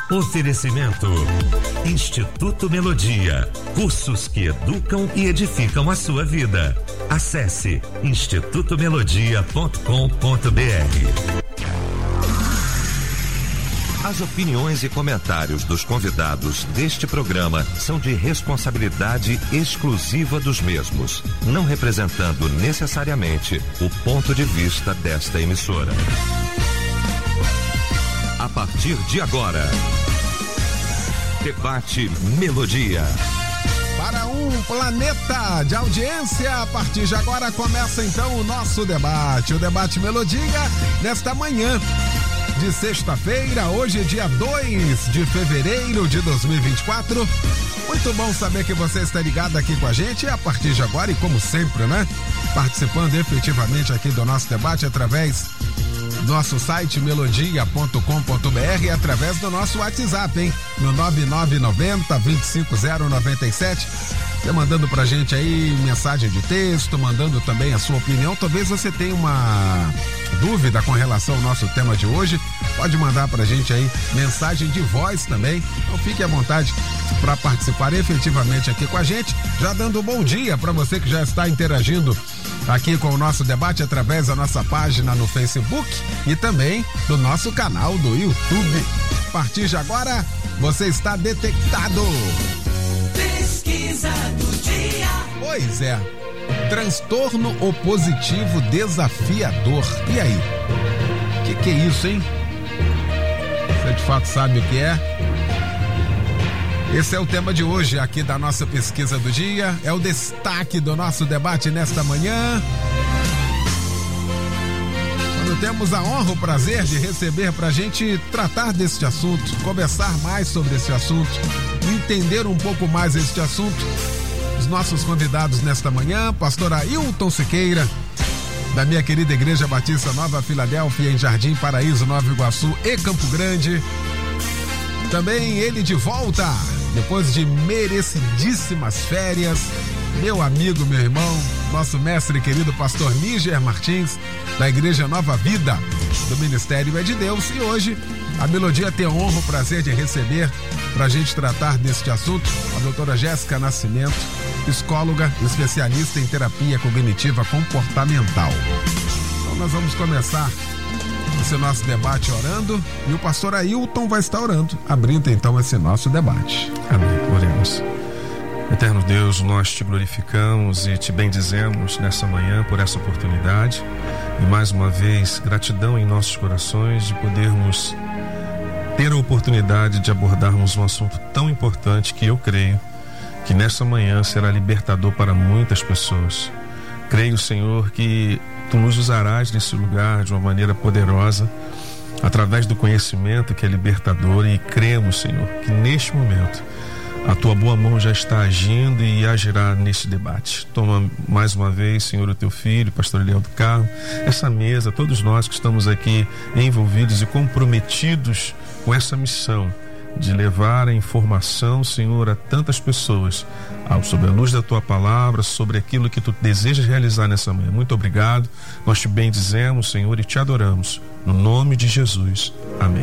Oferecimento Instituto Melodia, cursos que educam e edificam a sua vida. Acesse institutomelodia.com.br. As opiniões e comentários dos convidados deste programa são de responsabilidade exclusiva dos mesmos, não representando necessariamente o ponto de vista desta emissora. A partir de agora, Debate Melodia. Para um planeta de audiência, a partir de agora começa então o nosso debate, o Debate Melodia, nesta manhã de sexta-feira, hoje dia 2 de fevereiro de 2024. Muito bom saber que você está ligado aqui com a gente a partir de agora e como sempre, né? Participando efetivamente aqui do nosso debate através do nosso site melodia.com.br e através do nosso WhatsApp, hein? No 9990-25097. Você mandando pra gente aí mensagem de texto, mandando também a sua opinião. Talvez você tenha uma dúvida com relação ao nosso tema de hoje. Pode mandar pra gente aí mensagem de voz também. Então fique à vontade para participar efetivamente aqui com a gente. Já dando um bom dia para você que já está interagindo aqui com o nosso debate através da nossa página no Facebook e também do nosso canal do YouTube. A partir de agora, você está detectado. Pesquisa do dia. Pois é, transtorno opositivo desafiador. E aí? O que é isso, hein? Você de fato sabe o que é? Esse é o tema de hoje aqui da nossa pesquisa do dia, é o destaque do nosso debate nesta manhã. Quando temos a honra, o prazer de receber pra gente tratar deste assunto, conversar mais sobre esse assunto, entender um pouco mais este assunto, os nossos convidados nesta manhã, pastor Ailton Siqueira, da minha querida Igreja Batista Nova Filadélfia, em Jardim Paraíso, Nova Iguaçu e Campo Grande. Também ele de volta, depois de merecidíssimas férias, meu amigo, meu irmão, nosso mestre querido pastor Níger Martins, da Igreja Nova Vida, do Ministério É de Deus. E hoje a Melodia tem a honra, o prazer de receber para a gente tratar deste assunto a doutora Jéssica Nascimento, psicóloga, especialista em terapia cognitiva comportamental. Então nós vamos começar esse nosso debate orando e o pastor Ailton vai estar orando, abrindo então esse nosso debate. Amém. Oremos. Eterno Deus, nós te glorificamos e te bendizemos nessa manhã por essa oportunidade e mais uma vez gratidão em nossos corações de podermos ter a oportunidade de abordarmos um assunto tão importante que eu creio que nessa manhã será libertador para muitas pessoas. Creio, Senhor, que Tu nos usarás nesse lugar de uma maneira poderosa, através do conhecimento que é libertador, e cremos, Senhor, que neste momento a Tua boa mão já está agindo e agirá neste debate. Toma mais uma vez, Senhor, o Teu filho, pastor Eliel do Carmo, essa mesa, todos nós que estamos aqui envolvidos e comprometidos com essa missão de levar a informação, Senhor, a tantas pessoas, sobre a luz da Tua palavra, sobre aquilo que Tu desejas realizar nessa manhã. Muito obrigado, nós te bendizemos, Senhor, e te adoramos, no nome de Jesus, amém.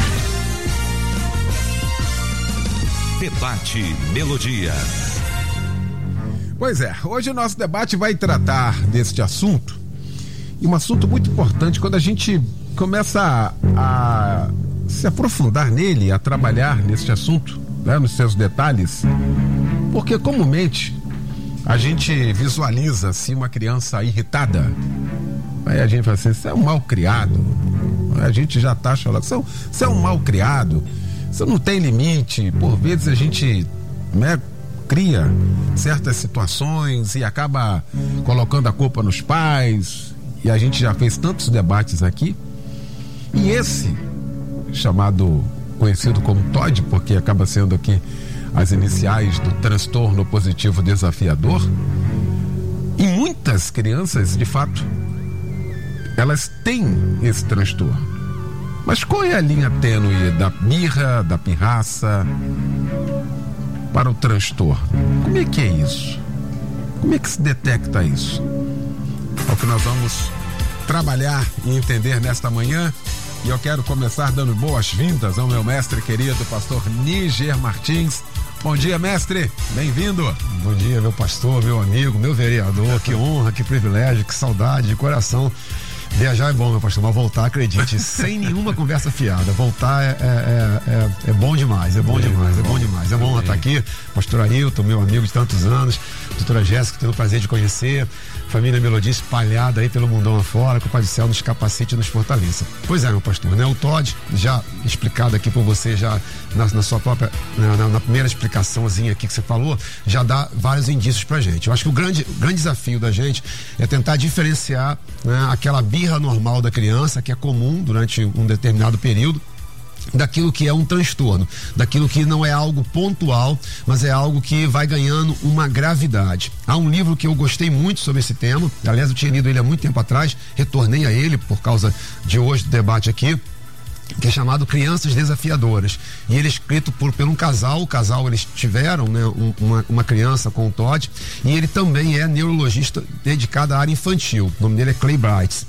Debate Melodia. Pois é, hoje o nosso debate vai tratar deste assunto, e um assunto muito importante quando a gente começa a se aprofundar nele, a trabalhar neste assunto, né, nos seus detalhes, porque comumente a gente visualiza assim uma criança irritada, aí a gente fala assim, você é um mal criado, a gente já tá falando, você é um mal criado, você não tem limite. Por vezes a gente, né, cria certas situações e acaba colocando a culpa nos pais, e a gente já fez tantos debates aqui, e esse conhecido como TOD, porque acaba sendo aqui as iniciais do transtorno opositivo desafiador, e muitas crianças, de fato, elas têm esse transtorno. Mas qual é a linha tênue da birra, da pirraça para o transtorno? Como é que é isso? Como é que se detecta isso? É o que nós vamos trabalhar e entender nesta manhã E eu quero começar dando boas-vindas ao meu mestre querido, pastor Níger Martins. Bom dia, mestre, bem-vindo. Bom dia, meu pastor, meu amigo, meu vereador, que honra, que privilégio, que saudade de coração. Viajar é bom, meu pastor, mas voltar, acredite, sem nenhuma conversa fiada. Voltar é bom demais, é bom demais. É bom estar aqui. Pastor Ailton, meu amigo de tantos anos, doutora Jéssica, tenho o prazer de conhecer, família Melodia espalhada aí pelo mundão afora, que o Pai do Céu nos capacite e nos fortaleça. Pois é, meu pastor, né? O Todd, já explicado aqui por você, já na sua própria, na primeira explicaçãozinha aqui que você falou, já dá vários indícios pra gente. Eu acho que o grande desafio da gente é tentar diferenciar, né, aquela birra normal da criança, que é comum durante um determinado período, daquilo que é um transtorno, daquilo que não é algo pontual, mas é algo que vai ganhando uma gravidade. Há um livro que eu gostei muito sobre esse tema, aliás eu tinha lido ele há muito tempo atrás, retornei a ele por causa de hoje do debate aqui, que é chamado Crianças Desafiadoras, e ele é escrito por um casal. O casal, eles tiveram, né, uma criança com o Todd, e ele também é neurologista dedicado à área infantil. O nome dele é Clay Brights.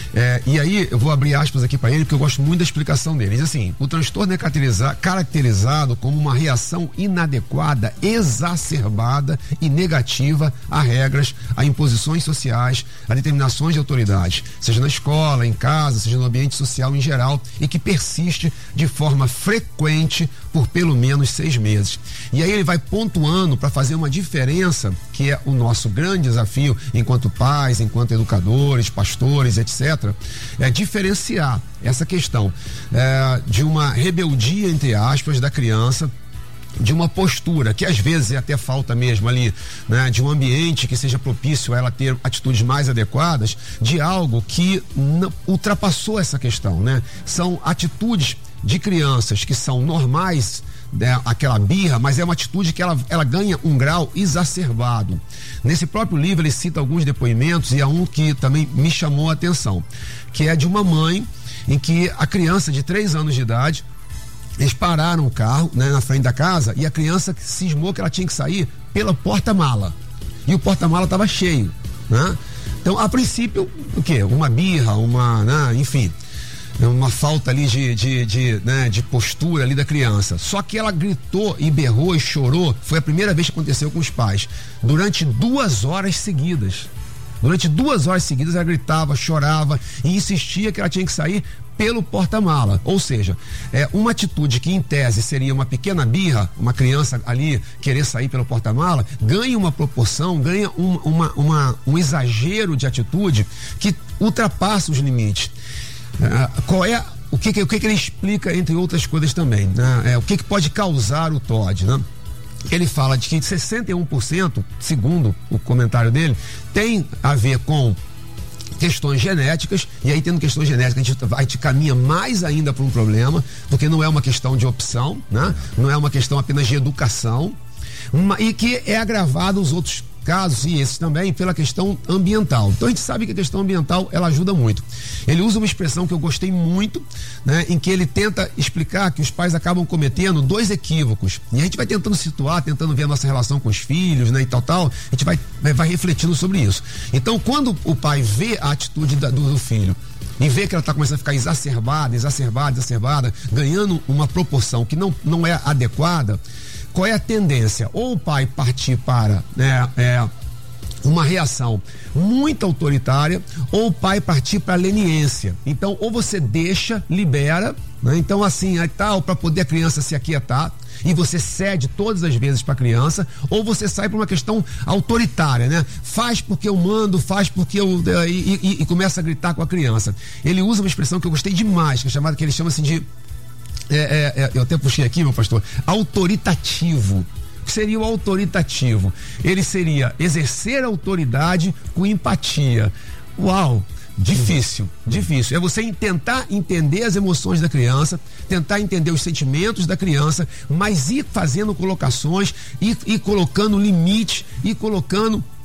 E aí eu vou abrir aspas aqui para ele, porque eu gosto muito da explicação dele. Ele diz assim: o transtorno é caracterizado como uma reação inadequada, exacerbada e negativa a regras, a imposições sociais, a determinações de autoridade, seja na escola, em casa, seja no ambiente social em geral, e que persiste de forma frequente por pelo menos 6 meses. E aí ele vai pontuando para fazer uma diferença, que é o nosso grande desafio enquanto pais, enquanto educadores, pastores, etc., é diferenciar essa questão de uma rebeldia, entre aspas, da criança, de uma postura que às vezes é até falta mesmo ali, né, de um ambiente que seja propício a ela ter atitudes mais adequadas, de algo que ultrapassou essa questão, né? São atitudes de crianças que são normais, né, aquela birra, mas é uma atitude que ela ganha um grau exacerbado. Nesse próprio livro ele cita alguns depoimentos, e há um que também me chamou a atenção, que é de uma mãe em que a criança de 3 anos de idade, eles pararam o carro, né, na frente da casa, e a criança cismou que ela tinha que sair pela porta-mala, e o porta-mala estava cheio, né? Então, a princípio, o quê? Uma birra, enfim, uma falta ali de postura ali da criança. Só que ela gritou e berrou e chorou. Foi a primeira vez que aconteceu com os pais, durante 2 horas seguidas. Durante 2 horas seguidas ela gritava, chorava e insistia que ela tinha que sair pelo porta-mala. Ou seja, uma atitude que em tese seria uma pequena birra, uma criança ali querer sair pelo porta-mala, ganha uma proporção, ganha um exagero de atitude que ultrapassa os limites. O que ele explica, entre outras coisas também, né? O que pode causar o TOD, né? Ele fala de que 61%, segundo o comentário dele, tem a ver com questões genéticas, e aí tendo questões genéticas a gente caminha mais ainda para um problema, porque não é uma questão de opção, né? Não é uma questão apenas de educação, e que é agravado os outros casos, e esses também, pela questão ambiental. Então a gente sabe que a questão ambiental, ela ajuda muito. Ele usa uma expressão que eu gostei muito, né, em que ele tenta explicar que os pais acabam cometendo 2 equívocos, e a gente vai tentando situar, tentando ver a nossa relação com os filhos, né, e tal, a gente vai refletindo sobre isso. Então, quando o pai vê a atitude do filho e vê que ela está começando a ficar exacerbada, ganhando uma proporção que não é adequada, qual é a tendência? Ou o pai partir para uma reação muito autoritária, ou o pai partir para a leniência. Então, ou você deixa, libera, né? Então, assim, para poder a criança se aquietar, e você cede todas as vezes para a criança, ou você sai para uma questão autoritária, né? Faz porque eu mando, faz porque eu... E começa a gritar com a criança. Ele usa uma expressão que eu gostei demais, que ele chama assim de... eu até puxei aqui, meu pastor, autoritativo. O que seria o autoritativo? Ele seria exercer autoridade com empatia. Uau! Difícil. É você tentar entender as emoções da criança, tentar entender os sentimentos da criança, mas ir fazendo colocações, ir colocando limite, ir colocando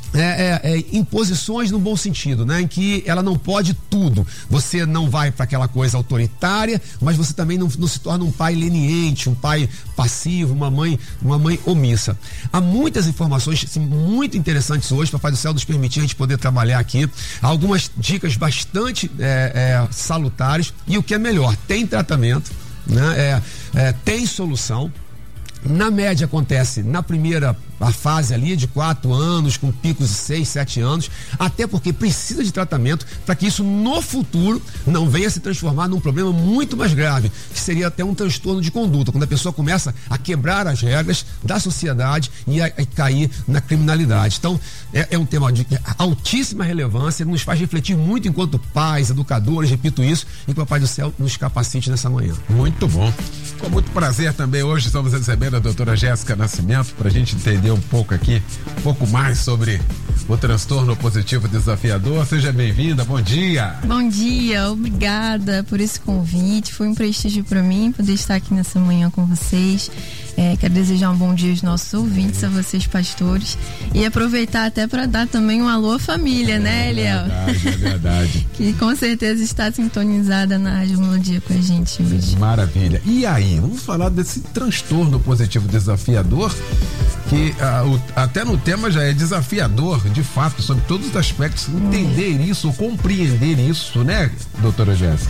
imposições no bom sentido, né? Em que ela não pode tudo. Você não vai para aquela coisa autoritária, mas você também não se torna um pai leniente, um pai passivo, uma mãe omissa. Há muitas informações assim, muito interessantes hoje, Papai do Céu nos permitir a gente poder trabalhar aqui. Há algumas dicas bastante salutares, e o que é melhor, tem tratamento, né? Tem solução. Na média acontece na primeira fase ali de 4 anos, com picos de 6, 7 anos, até porque precisa de tratamento para que isso no futuro não venha se transformar num problema muito mais grave, que seria até um transtorno de conduta, quando a pessoa começa a quebrar as regras da sociedade e a cair na criminalidade. Então, é um tema de altíssima relevância, nos faz refletir muito enquanto pais, educadores, repito isso, e que o Papai do Céu nos capacite nessa manhã. Muito bom. Com muito prazer também, hoje estamos recebendo a doutora Jéssica Nascimento para a gente entender um pouco mais sobre o transtorno positivo desafiador. Seja bem-vinda, bom dia. Bom dia, obrigada por esse convite, foi um prestígio para mim poder estar aqui nessa manhã com vocês. Quero desejar um bom dia aos nossos ouvintes, a vocês pastores, e aproveitar até para dar também um alô à família, né, Eliel? É verdade. Que com certeza está sintonizada na Rádio Melodia com a gente hoje. Maravilha. E aí, vamos falar desse transtorno positivo desafiador, que até no tema já é desafiador, de fato, sobre todos os aspectos, entender isso, compreender isso, né, doutora Jéssica?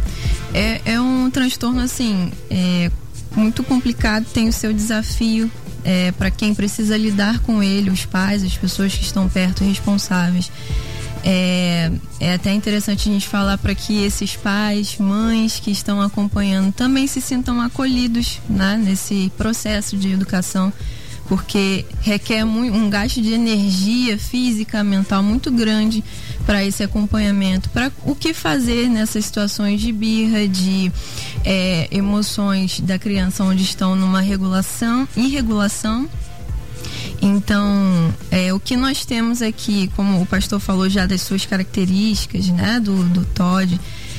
É um transtorno, assim, muito complicado, tem o seu desafio para quem precisa lidar com ele, os pais, as pessoas que estão perto, responsáveis. É até interessante a gente falar para que esses pais, mães que estão acompanhando também se sintam acolhidos, né, nesse processo de educação, porque requer um gasto de energia física, mental muito grande para esse acompanhamento, para o que fazer nessas situações de birra, de emoções da criança onde estão numa irregulação. Então, o que nós temos aqui, como o pastor falou já das suas características, né, do TOD,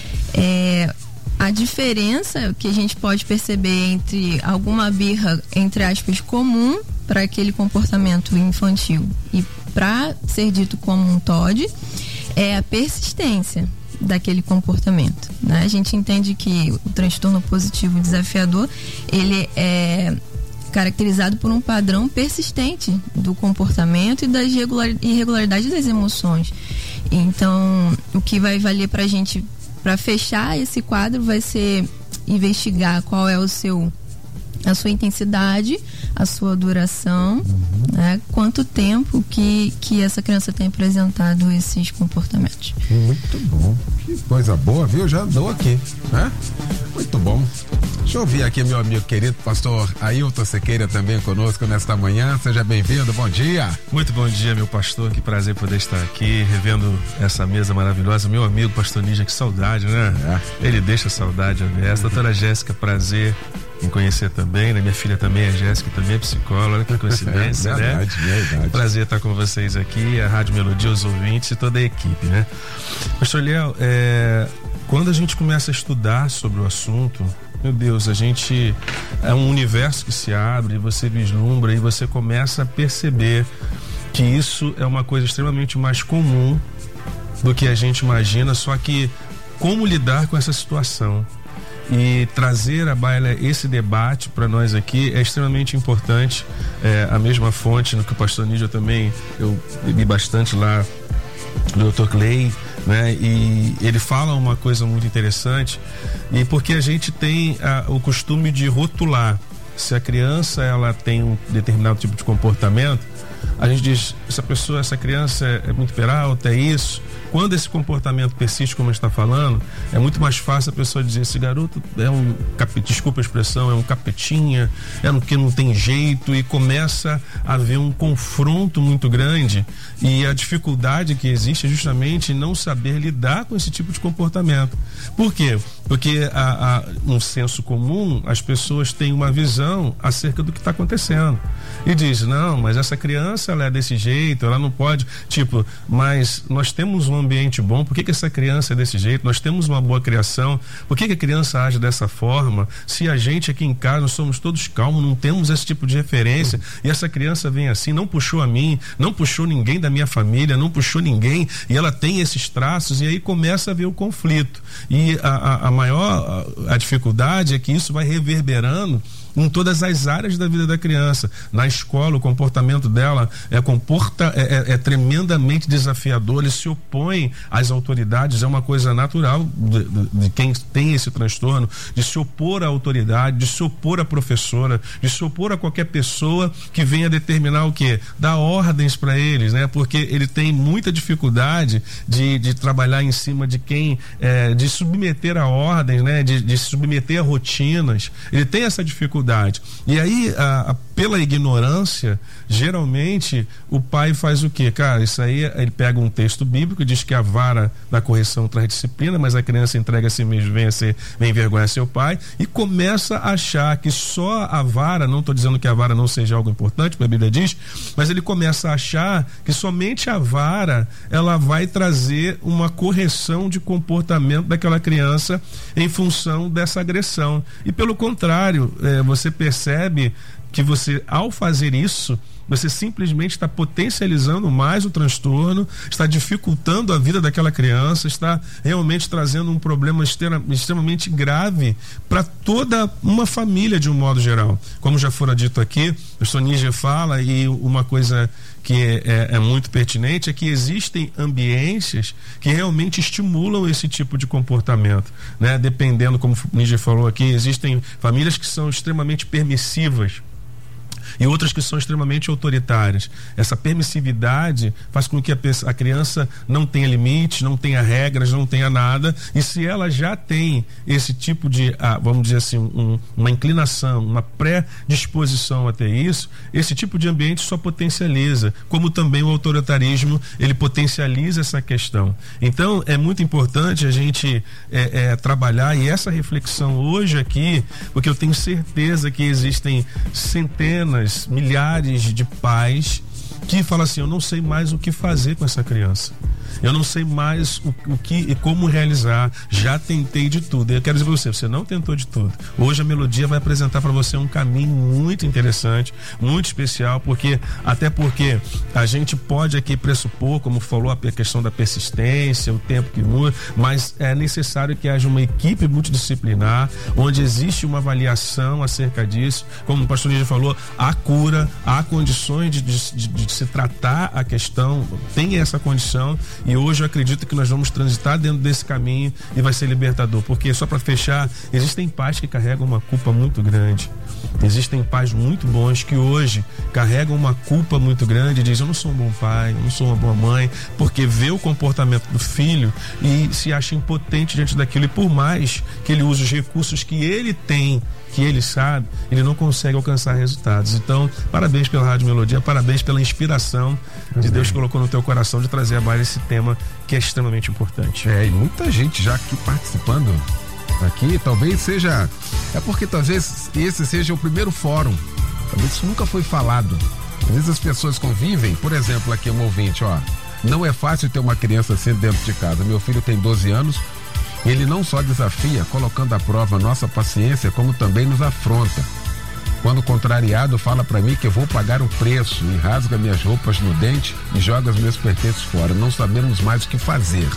a diferença que a gente pode perceber entre alguma birra, entre aspas, comum para aquele comportamento infantil e para ser dito como um TOD, é a persistência daquele comportamento, né? A gente entende que o transtorno positivo desafiador, ele é caracterizado por um padrão persistente do comportamento e da irregularidade das emoções. Então, o que vai valer pra gente, para fechar esse quadro, vai ser investigar qual é a sua intensidade, a sua duração, né? Quanto tempo que essa criança tem apresentado esses comportamentos. Muito bom, que coisa boa, viu? Já andou aqui, né? Muito bom. Deixa eu ouvir aqui meu amigo querido, pastor Ailton Sequeira, também conosco nesta manhã. Seja bem-vindo, bom dia. Muito bom dia, meu pastor, que prazer poder estar aqui, revendo essa mesa maravilhosa. Meu amigo, pastor Nígia, que saudade, né? Ele deixa saudade, essa. Doutora Jéssica, prazer em conhecer também, né? Minha filha também é Jéssica, também é psicóloga, olha que coincidência, verdade, né? Verdade. Prazer estar com vocês aqui, a Rádio Melodia, os ouvintes e toda a equipe, né? Pastor Léo, quando a gente começa a estudar sobre o assunto, meu Deus, é um universo que se abre, você vislumbra e você começa a perceber que isso é uma coisa extremamente mais comum do que a gente imagina, só que como lidar com essa situação e trazer à baila esse debate para nós aqui é extremamente importante. A mesma fonte no que o pastor Nígia também, eu bebi bastante lá do Dr. Clay, né? E ele fala uma coisa muito interessante, e porque a gente tem o costume de rotular. Se a criança ela tem um determinado tipo de comportamento, a gente diz, essa criança é muito peralta, é isso. Quando esse comportamento persiste, como a gente está falando, é muito mais fácil a pessoa dizer, esse garoto desculpa a expressão, é um capetinha, é um que não tem jeito, e começa a haver um confronto muito grande, e a dificuldade que existe é justamente não saber lidar com esse tipo de comportamento. Por quê? Porque no senso comum, as pessoas têm uma visão acerca do que está acontecendo e diz, não, mas essa criança criança ela é desse jeito, ela não pode, mas nós temos um ambiente bom, por que essa criança é desse jeito? Nós temos uma boa criação, por que a criança age dessa forma? Se a gente aqui em casa, nós somos todos calmos, não temos esse tipo de referência, e essa criança vem assim, não puxou a mim, não puxou ninguém da minha família, não puxou ninguém, e ela tem esses traços, e aí começa a haver o conflito. E a dificuldade é que isso vai reverberando em todas as áreas da vida da criança. Na escola, o comportamento dela é tremendamente desafiador, ele se opõe às autoridades, é uma coisa natural de quem tem esse transtorno, de se opor à autoridade, de se opor à professora, de se opor a qualquer pessoa que venha determinar o quê? Dar ordens para eles, né? Porque ele tem muita dificuldade de trabalhar em cima de quem, de submeter a ordens, né? De se submeter a rotinas. Ele tem essa dificuldade. E aí, pela ignorância, geralmente o pai faz o quê? Cara, isso aí, ele pega um texto bíblico e diz que a vara da correção traz disciplina, mas a criança entrega a si mesmo, vem envergonhar seu pai, e começa a achar que só a vara, não estou dizendo que a vara não seja algo importante, porque a Bíblia diz, mas ele começa a achar que somente a vara ela vai trazer uma correção de comportamento daquela criança em função dessa agressão. E pelo contrário, você percebe que você, ao fazer isso, você simplesmente está potencializando mais o transtorno, está dificultando a vida daquela criança, está realmente trazendo um problema extremamente grave para toda uma família de um modo geral. Como já fora dito aqui, o pastor Níger fala, e uma coisa que é muito pertinente é que existem ambientes que realmente estimulam esse tipo de comportamento, né? Dependendo, como o Níger falou aqui, existem famílias que são extremamente permissivas e outras que são extremamente autoritárias. Essa permissividade faz com que a criança não tenha limites, não tenha regras, não tenha nada, e se ela já tem esse tipo de, vamos dizer assim, uma inclinação, uma predisposição a ter isso, esse tipo de ambiente só potencializa, como também o autoritarismo, ele potencializa essa questão. Então é muito importante a gente trabalhar, e essa reflexão hoje aqui, porque eu tenho certeza que existem centenas, milhares de pais que falam assim: eu não sei mais o que fazer com essa criança, eu não sei mais o que e como realizar, já tentei de tudo. E eu quero dizer para você não tentou de tudo. Hoje a Melodia vai apresentar para você um caminho muito interessante, muito especial, até porque a gente pode aqui pressupor, como falou, a questão da persistência, o tempo que muda, mas é necessário que haja uma equipe multidisciplinar, onde existe uma avaliação acerca disso. Como o pastor Lígia falou, há cura, há condições de se tratar a questão, tem essa condição. E hoje eu acredito que nós vamos transitar dentro desse caminho e vai ser libertador, porque, só para fechar, existem pais que carregam uma culpa muito grande, existem pais muito bons que hoje carregam uma culpa muito grande e dizem: eu não sou um bom pai, eu não sou uma boa mãe, porque vê o comportamento do filho e se acha impotente diante daquilo, e por mais que ele use os recursos que ele tem, que ele sabe, ele não consegue alcançar resultados. Então, parabéns pela Rádio Melodia, parabéns pela inspiração de Deus que colocou no teu coração de trazer a baila esse tema que é extremamente importante. E muita gente já aqui participando aqui, talvez seja, porque talvez esse seja o primeiro fórum, talvez isso nunca foi falado. Às vezes as pessoas convivem, por exemplo, aqui um ouvinte, não é fácil ter uma criança assim dentro de casa. Meu filho tem 12 anos, ele não só desafia, colocando à prova nossa paciência, como também nos afronta. Quando contrariado, fala para mim que eu vou pagar o preço e rasga minhas roupas no dente e joga os meus pertences fora. Não sabemos mais o que fazer.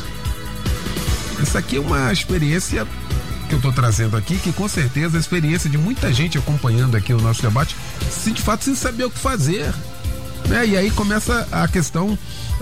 Isso aqui é uma experiência que eu estou trazendo aqui, que com certeza é a experiência de muita gente acompanhando aqui o nosso debate, de fato sem saber o que fazer, né? E aí começa a questão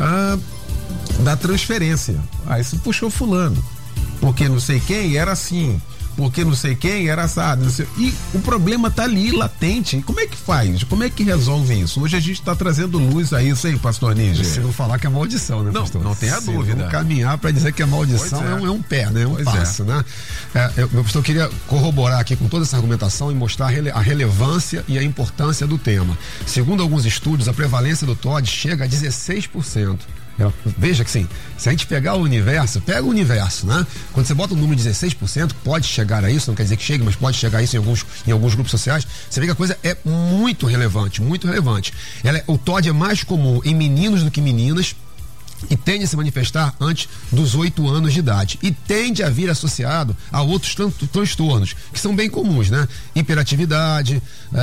da transferência. Isso puxou fulano, porque não sei quem era assim, porque não sei quem era assado, e o problema tá ali, latente. Como é que faz? Como é que resolve isso? Hoje a gente está trazendo luz a isso aí, pastor Níger. Se não falar que é maldição, né, pastor? Não tenha dúvida. Vamos caminhar para dizer que a maldição é um pé, né? Um passo, né? Meu pastor, queria corroborar aqui com toda essa argumentação e mostrar a relevância e a importância do tema. Segundo alguns estudos, a prevalência do TOD chega a 16%. Veja que sim, se a gente pegar o universo, né? Quando você bota o número de 16%, pode chegar a isso, não quer dizer que chegue, mas pode chegar a isso em alguns grupos sociais, você vê que a coisa é muito relevante, muito relevante. O TOD é mais comum em meninos do que meninas, e tende a se manifestar antes dos 8 anos de idade e tende a vir associado a outros transtornos que são bem comuns, né? Hiperatividade,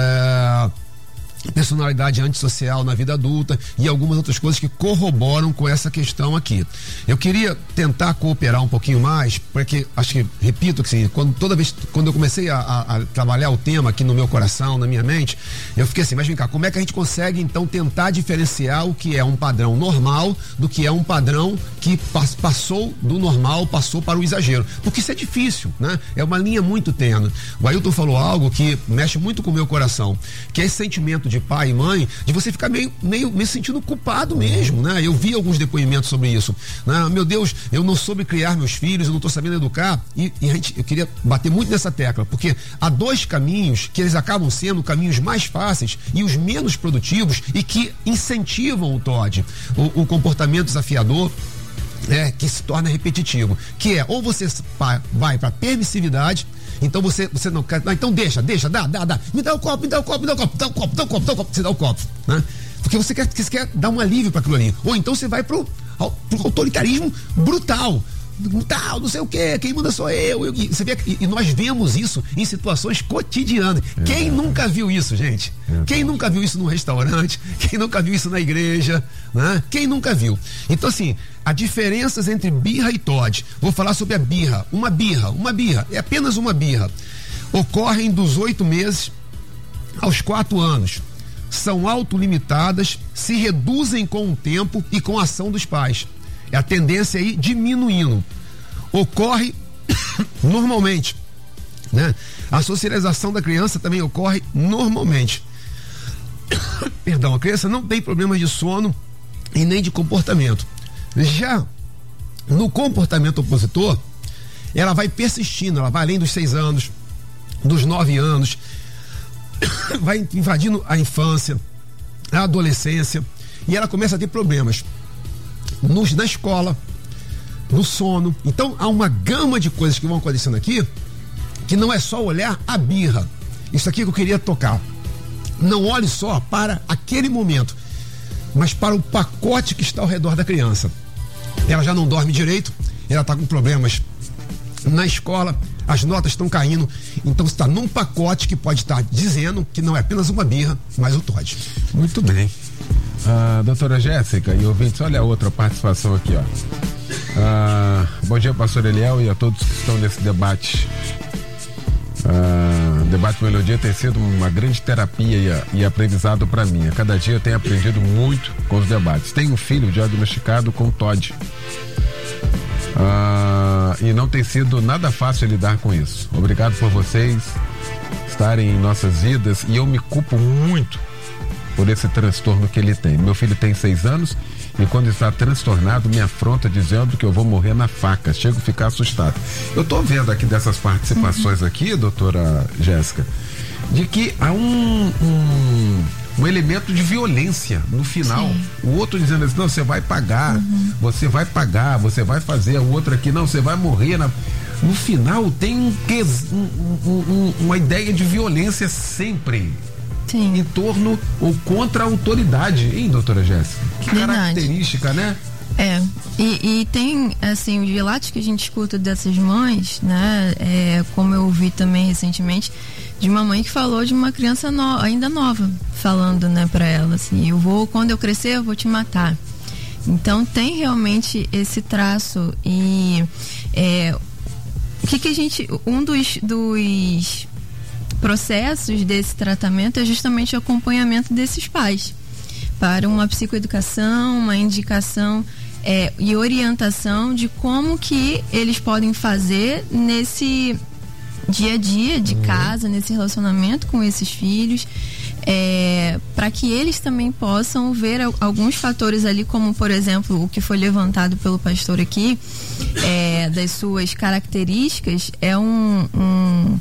personalidade antissocial na vida adulta e algumas outras coisas que corroboram com essa questão aqui. Eu queria tentar cooperar um pouquinho mais, porque acho que, repito que sim, quando eu comecei a trabalhar o tema aqui no meu coração, na minha mente, eu fiquei assim, mas vem cá, como é que a gente consegue então tentar diferenciar o que é um padrão normal do que é um padrão que passou do normal, passou para o exagero? Porque isso é difícil, né? É uma linha muito tênue. O Ailton falou algo que mexe muito com o meu coração, que é esse sentimento de pai e mãe, de você ficar meio me sentindo culpado mesmo, né? Eu vi alguns depoimentos sobre isso, né? Meu Deus, eu não soube criar meus filhos, eu não estou sabendo educar, eu queria bater muito nessa tecla, porque há 2 caminhos que eles acabam sendo caminhos mais fáceis e os menos produtivos e que incentivam o TOD, o comportamento desafiador, que se torna repetitivo, que é ou você vai para permissividade. Então você não quer. Então deixa, dá. Me dá o copo. Você dá o copo, né? Porque você quer dar um alívio para aquilo ali. Ou então você vai pro autoritarismo brutal. Tal, não sei o que, quem manda sou eu. Você vê, e nós vemos isso em situações cotidianas. Quem nunca viu isso, gente? Quem nunca viu isso num restaurante? Quem nunca viu isso na igreja? Né? Quem nunca viu? Então, assim, há diferenças entre birra e TOD. Vou falar sobre a birra. Uma birra, é apenas uma birra. Ocorrem dos 8 meses aos 4 anos. São autolimitadas, se reduzem com o tempo e com a ação dos pais. É a tendência aí diminuindo. Ocorre normalmente, né? A socialização da criança também ocorre normalmente. Perdão, a criança não tem problemas de sono e nem de comportamento. Já no comportamento opositor, ela vai persistindo, ela vai além dos 6 anos, dos 9 anos, vai invadindo a infância, a adolescência, e ela começa a ter problemas na escola, no sono. Então há uma gama de coisas que vão acontecendo aqui, que não é só olhar a birra. Isso aqui que eu queria tocar. Não olhe só para aquele momento, mas para o pacote que está ao redor da criança. Ela já não dorme direito, ela está com problemas na escola, as notas estão caindo, então está num pacote que pode estar dizendo que não é apenas uma birra, mas o TOD. Muito bem. Doutora Jéssica e ouvintes, olha a outra participação aqui, ó. Bom dia, pastor Eliel, e a todos que estão nesse debate. Debate Melodia tem sido uma grande terapia e aprendizado para mim. A cada dia eu tenho aprendido muito com os debates. Tenho um filho diagnosticado com TOD. E não tem sido nada fácil lidar com isso. Obrigado por vocês estarem em nossas vidas, e eu me culpo muito por esse transtorno que ele tem. Meu filho tem 6 anos e quando está transtornado me afronta dizendo que eu vou morrer na faca. Chego a ficar assustado. Eu tô vendo aqui dessas participações aqui, doutora Jéssica, de que há um elemento de violência no final. Sim. O outro dizendo assim, não, você vai pagar, você vai pagar, você vai fazer. O outro aqui, não, você vai morrer no final tem uma ideia de violência sempre. Sim. Em torno ou contra a autoridade, hein, doutora Jéssica? Que verdade. Característica, né? E tem, assim, os relatos que a gente escuta dessas mães, né? Como eu ouvi também recentemente, de uma mãe que falou de uma criança ainda nova, falando, né, pra ela, assim, quando eu crescer, eu vou te matar. Então tem realmente esse traço e o que a gente, um dos processos desse tratamento é justamente o acompanhamento desses pais para uma psicoeducação, uma indicação e orientação de como que eles podem fazer nesse dia a dia de casa, nesse relacionamento com esses filhos, para que eles também possam ver alguns fatores ali, como por exemplo o que foi levantado pelo pastor aqui, das suas características, um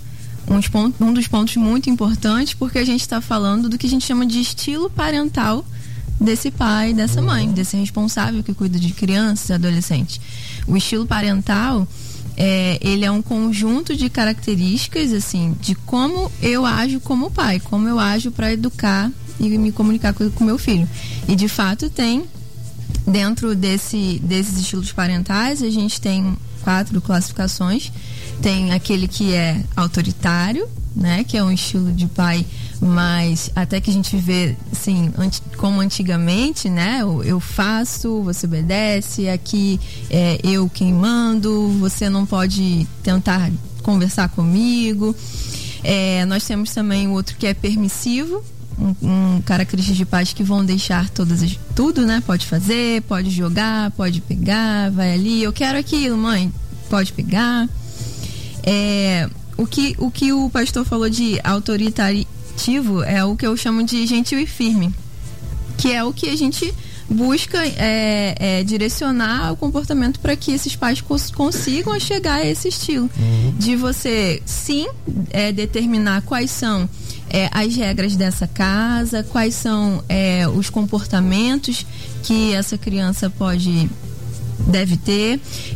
dos pontos muito importantes, porque a gente está falando do que a gente chama de estilo parental desse pai, dessa mãe, desse responsável que cuida de crianças e adolescentes. O estilo parental, ele é um conjunto de características, assim, de como eu ajo como pai, como eu ajo para educar e me comunicar com o meu filho. E de fato tem, dentro desses estilos parentais, a gente tem 4 classificações. Tem aquele que é autoritário, né, que é um estilo de pai, mas até que a gente vê assim, como antigamente, né, eu faço, você obedece, aqui é eu quem mando, você não pode tentar conversar comigo. Nós temos também o outro que é permissivo, características de pais que vão deixar tudo, né, pode fazer, pode jogar, pode pegar, vai ali, eu quero aquilo, mãe, pode pegar. O que o pastor falou de autoritativo é o que eu chamo de gentil e firme, que é o que a gente busca direcionar o comportamento para que esses pais consigam chegar a esse estilo. De você, sim, determinar quais são as regras dessa casa, quais são os comportamentos que essa criança deve ter,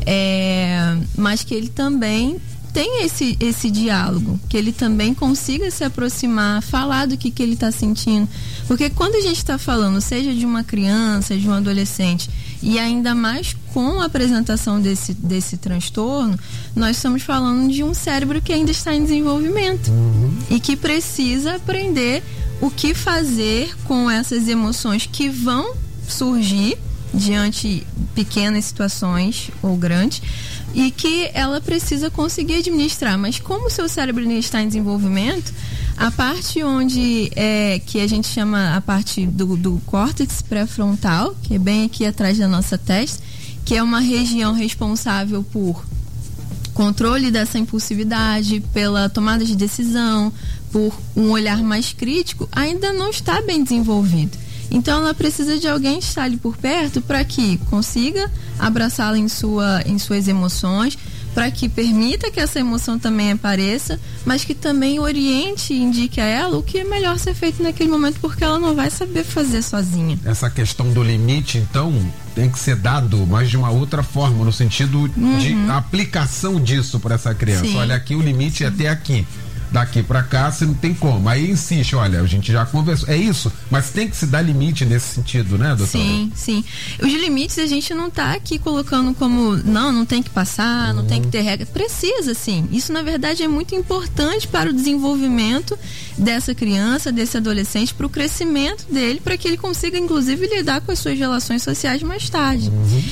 mas que ele também tem esse diálogo, que ele também consiga se aproximar, falar do que ele está sentindo. Porque quando a gente está falando, seja de uma criança, de um adolescente, e ainda mais com a apresentação desse transtorno, nós estamos falando de um cérebro que ainda está em desenvolvimento e que precisa aprender o que fazer com essas emoções que vão surgir diante de pequenas situações ou grandes, e que ela precisa conseguir administrar. Mas como o seu cérebro ainda está em desenvolvimento, a parte onde que a gente chama a parte do córtex pré-frontal, que é bem aqui atrás da nossa testa, que é uma região responsável por controle dessa impulsividade, pela tomada de decisão, por um olhar mais crítico, ainda não está bem desenvolvido. Então ela precisa de alguém estar ali por perto para que consiga abraçá-la em suas emoções, para que permita que essa emoção também apareça, mas que também oriente e indique a ela o que é melhor ser feito naquele momento, porque ela não vai saber fazer sozinha. Essa questão do limite, então, tem que ser dado, mas de uma outra forma, no sentido de aplicação disso para essa criança. Sim. Olha, aqui o limite é até aqui. Daqui pra cá você não tem como. Aí insiste, olha, a gente já conversou. É isso, mas tem que se dar limite nesse sentido, né, doutora? Sim. Os limites a gente não tá aqui colocando como, não tem que passar, não tem que ter regra. Precisa, sim. Isso, na verdade, é muito importante para o desenvolvimento dessa criança, desse adolescente, para o crescimento dele, para que ele consiga, inclusive, lidar com as suas relações sociais mais tarde.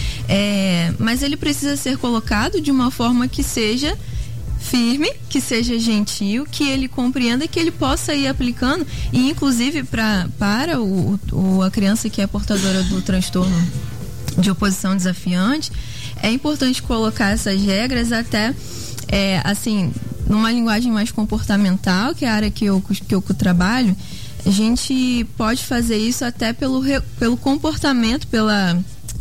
Mas ele precisa ser colocado de uma forma que seja firme, que seja gentil, que ele compreenda, que ele possa ir aplicando, e inclusive para a criança que é portadora do transtorno de oposição desafiante, é importante colocar essas regras até assim, numa linguagem mais comportamental, que é a área que eu trabalho. A gente pode fazer isso até pelo comportamento, pela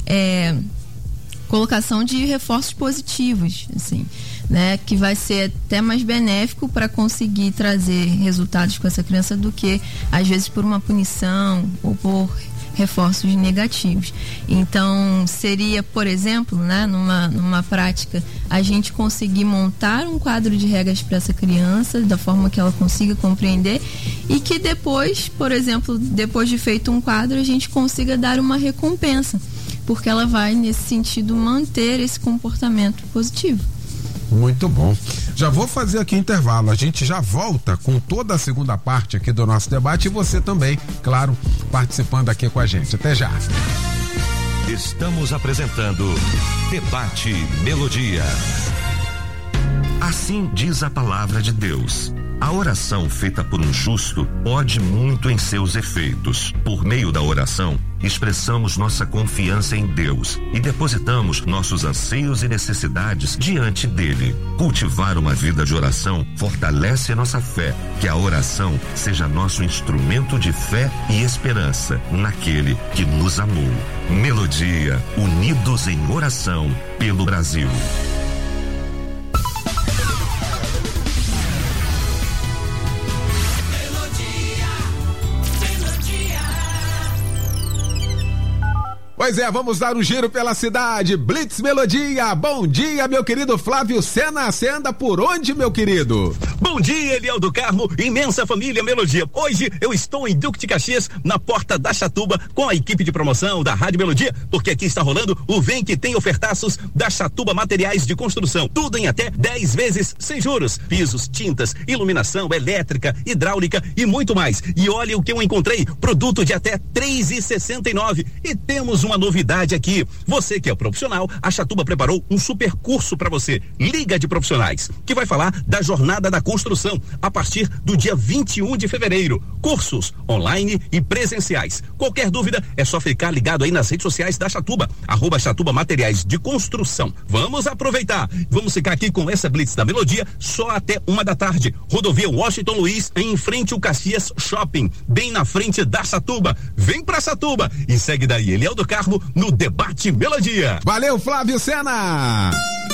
colocação de reforços positivos, assim, né, que vai ser até mais benéfico para conseguir trazer resultados com essa criança do que às vezes por uma punição ou por reforços negativos. Então seria, por exemplo, né, numa prática, a gente conseguir montar um quadro de regras para essa criança da forma que ela consiga compreender, e que depois, por exemplo, depois de feito um quadro, a gente consiga dar uma recompensa, porque ela vai nesse sentido manter esse comportamento positivo. Muito bom. Já vou fazer aqui intervalo. A gente já volta com toda a segunda parte aqui do nosso debate, e você também, claro, participando aqui com a gente. Até já. Estamos apresentando Debate Melodia. Assim diz a palavra de Deus. A oração feita por um justo pode muito em seus efeitos. Por meio da oração, expressamos nossa confiança em Deus e depositamos nossos anseios e necessidades diante dele. Cultivar uma vida de oração fortalece nossa fé. Que a oração seja nosso instrumento de fé e esperança naquele que nos amou. Melodia, unidos em oração pelo Brasil. Pois é, vamos dar um giro pela cidade. Blitz Melodia. Bom dia, meu querido Flávio Sena. Você anda por onde, meu querido? Bom dia, Eliel do Carmo, imensa família Melodia. Hoje eu estou em Duque de Caxias, na porta da Chatuba, com a equipe de promoção da Rádio Melodia, porque aqui está rolando o Vem que tem ofertaços da Chatuba Materiais de Construção. Tudo em até 10 vezes sem juros. Pisos, tintas, iluminação, elétrica, hidráulica e muito mais. E olha o que eu encontrei, produto de até R$3,69. E temos uma novidade aqui. Você que é profissional, a Chatuba preparou um super curso para você, Liga de Profissionais, que vai falar da jornada da construção a partir do dia 21 de fevereiro. Cursos online e presenciais. Qualquer dúvida é só ficar ligado aí nas redes sociais da Chatuba, @Chatuba Materiais de Construção. Vamos aproveitar. Vamos ficar aqui com essa Blitz da Melodia só até 1 da tarde. Rodovia Washington Luiz, em frente ao Caxias Shopping, bem na frente da Chatuba. Vem pra Chatuba e segue daí Eliel do Carmo no Debate Melodia. Valeu, Flávio Sena!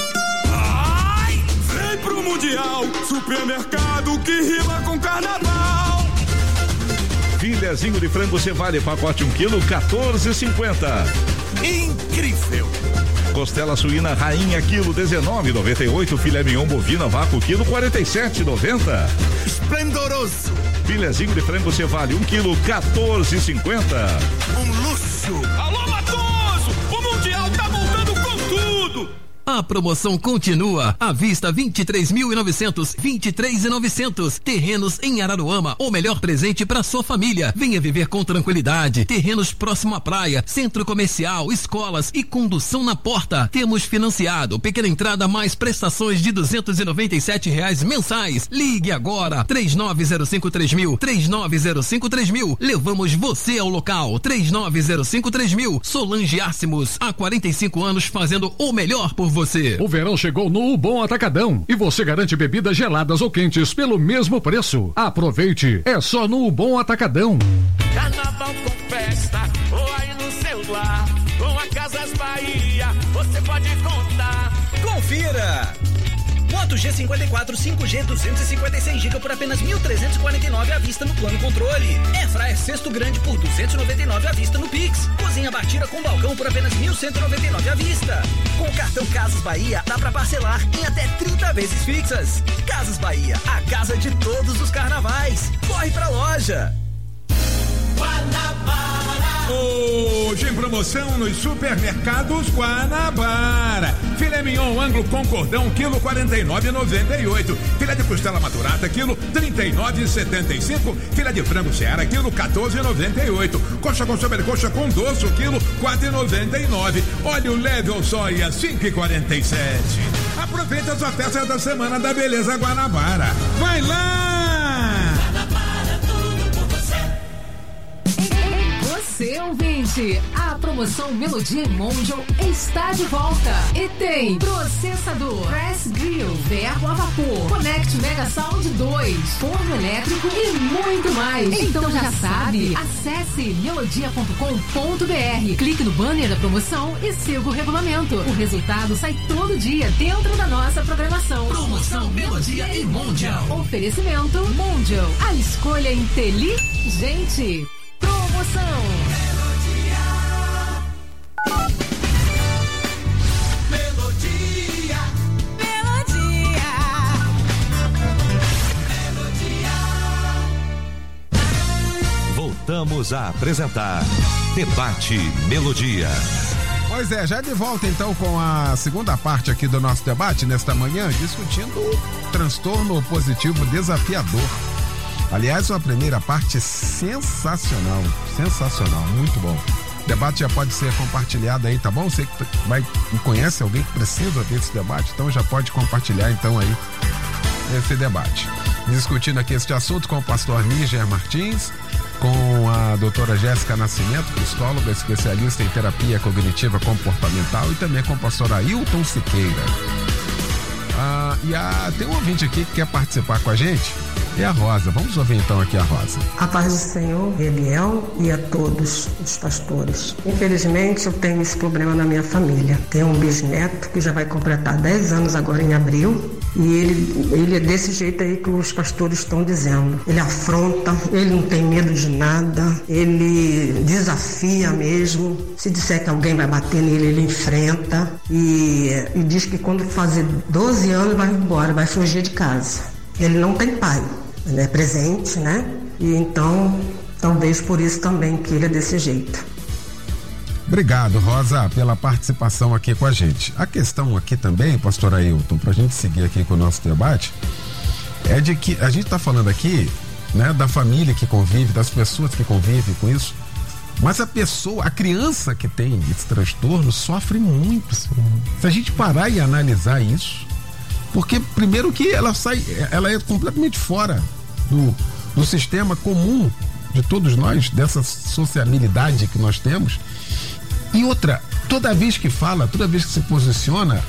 Vem pro Mundial, supermercado que rima com carnaval. Filezinho de frango Cevale, pacote 1 quilo, R$14,50. Incrível! Costela suína rainha, quilo, R$19,98. Filé mignon bovina vácuo, quilo, R$47,90. Esplendoroso! Filezinho de frango Cevale, 1 quilo, R$14,50. Um luxo! Alô, Matoso! O Mundial tá voltando com tudo! A promoção continua. À vista 23.900, 23.900. Terrenos em Araruama, o melhor presente para sua família. Venha viver com tranquilidade. Terrenos próximo à praia, centro comercial, escolas e condução na porta. Temos financiado, pequena entrada mais prestações de R$297 mensais. Ligue agora, 39053000, 39053000. Levamos você ao local, 39053000. Solange Ácimos, há 45 anos fazendo o melhor por você. O verão chegou no Bom Atacadão e você garante bebidas geladas ou quentes pelo mesmo preço. Aproveite, é só no Bom Atacadão. Carnaval com festa, ou aí no celular, com a Casas Bahia, você pode contar. Confira! Moto G54 5G 256 GB por apenas R$1.349 à vista no plano controle. Airfryer cesto grande por R$299 à vista no Pix. Cozinha batida com balcão por apenas R$1.199 à vista. Com o cartão Casas Bahia dá pra parcelar em até 30 vezes fixas. Casas Bahia, a casa de todos os carnavais. Corre pra loja. Hoje em promoção nos supermercados Guanabara. Filé mignon ângulo com cordão, quilo, R$49,98. Filé de costela maturata, quilo, R$39,75. Filé de frango Seara, quilo, R$14,98. Coxa com sobrecoxa com doce, quilo, R$4,99. Óleo Level Soia, R$5,47. Aproveita as ofertas da Semana da Beleza Guanabara. Vai lá! Você, ouvinte, a promoção Melodia Mondial está de volta e tem processador, press grill, verbo a vapor, Connect Mega Sound 2, forno elétrico e muito mais. Então já sabe, acesse melodia.com.br, clique no banner da promoção e siga o regulamento. O resultado sai todo dia dentro da nossa programação. Promoção Melodia e Mondial. Oferecimento Mondial, a escolha inteligente. Promoção Melodia. Melodia. Melodia. Voltamos a apresentar Debate Melodia. Pois é, já de volta então com a segunda parte aqui do nosso debate nesta manhã, discutindo o transtorno positivo desafiador. Aliás, uma primeira parte sensacional, muito bom. O debate já pode ser compartilhado aí, tá bom? Você que conhece alguém que precisa desse debate, então já pode compartilhar então aí esse debate. Discutindo aqui este assunto com o pastor Níger Martins, com a doutora Jéssica Nascimento, psicóloga, especialista em terapia cognitiva comportamental, e também com o pastor Ailton Siqueira. Tem um ouvinte aqui que quer participar com a gente, é a Rosa. Vamos ouvir então aqui a Rosa. A paz do Senhor, Eliel, e a todos os pastores. Infelizmente eu tenho esse problema na minha família. Tenho um bisneto que já vai completar 10 anos agora em abril. E ele é desse jeito aí que os pastores estão dizendo. Ele afronta, ele não tem medo de nada, ele desafia mesmo. Se disser que alguém vai bater nele, ele enfrenta. E diz que quando fazer 12 anos vai embora, vai fugir de casa. Ele não tem pai, ele é presente, né? E então, talvez por isso também que ele é desse jeito. Obrigado, Rosa, pela participação aqui com a gente. A questão aqui também, pastor Ailton, para a gente seguir aqui com o nosso debate, é de que a gente está falando aqui, né, da família que convive, das pessoas que convivem com isso, mas a criança que tem esse transtorno sofre muito. Se a gente parar e analisar isso, porque primeiro que ela é completamente fora do sistema comum de todos nós, dessa sociabilidade que nós temos. E outra, toda vez que fala, toda vez que se posiciona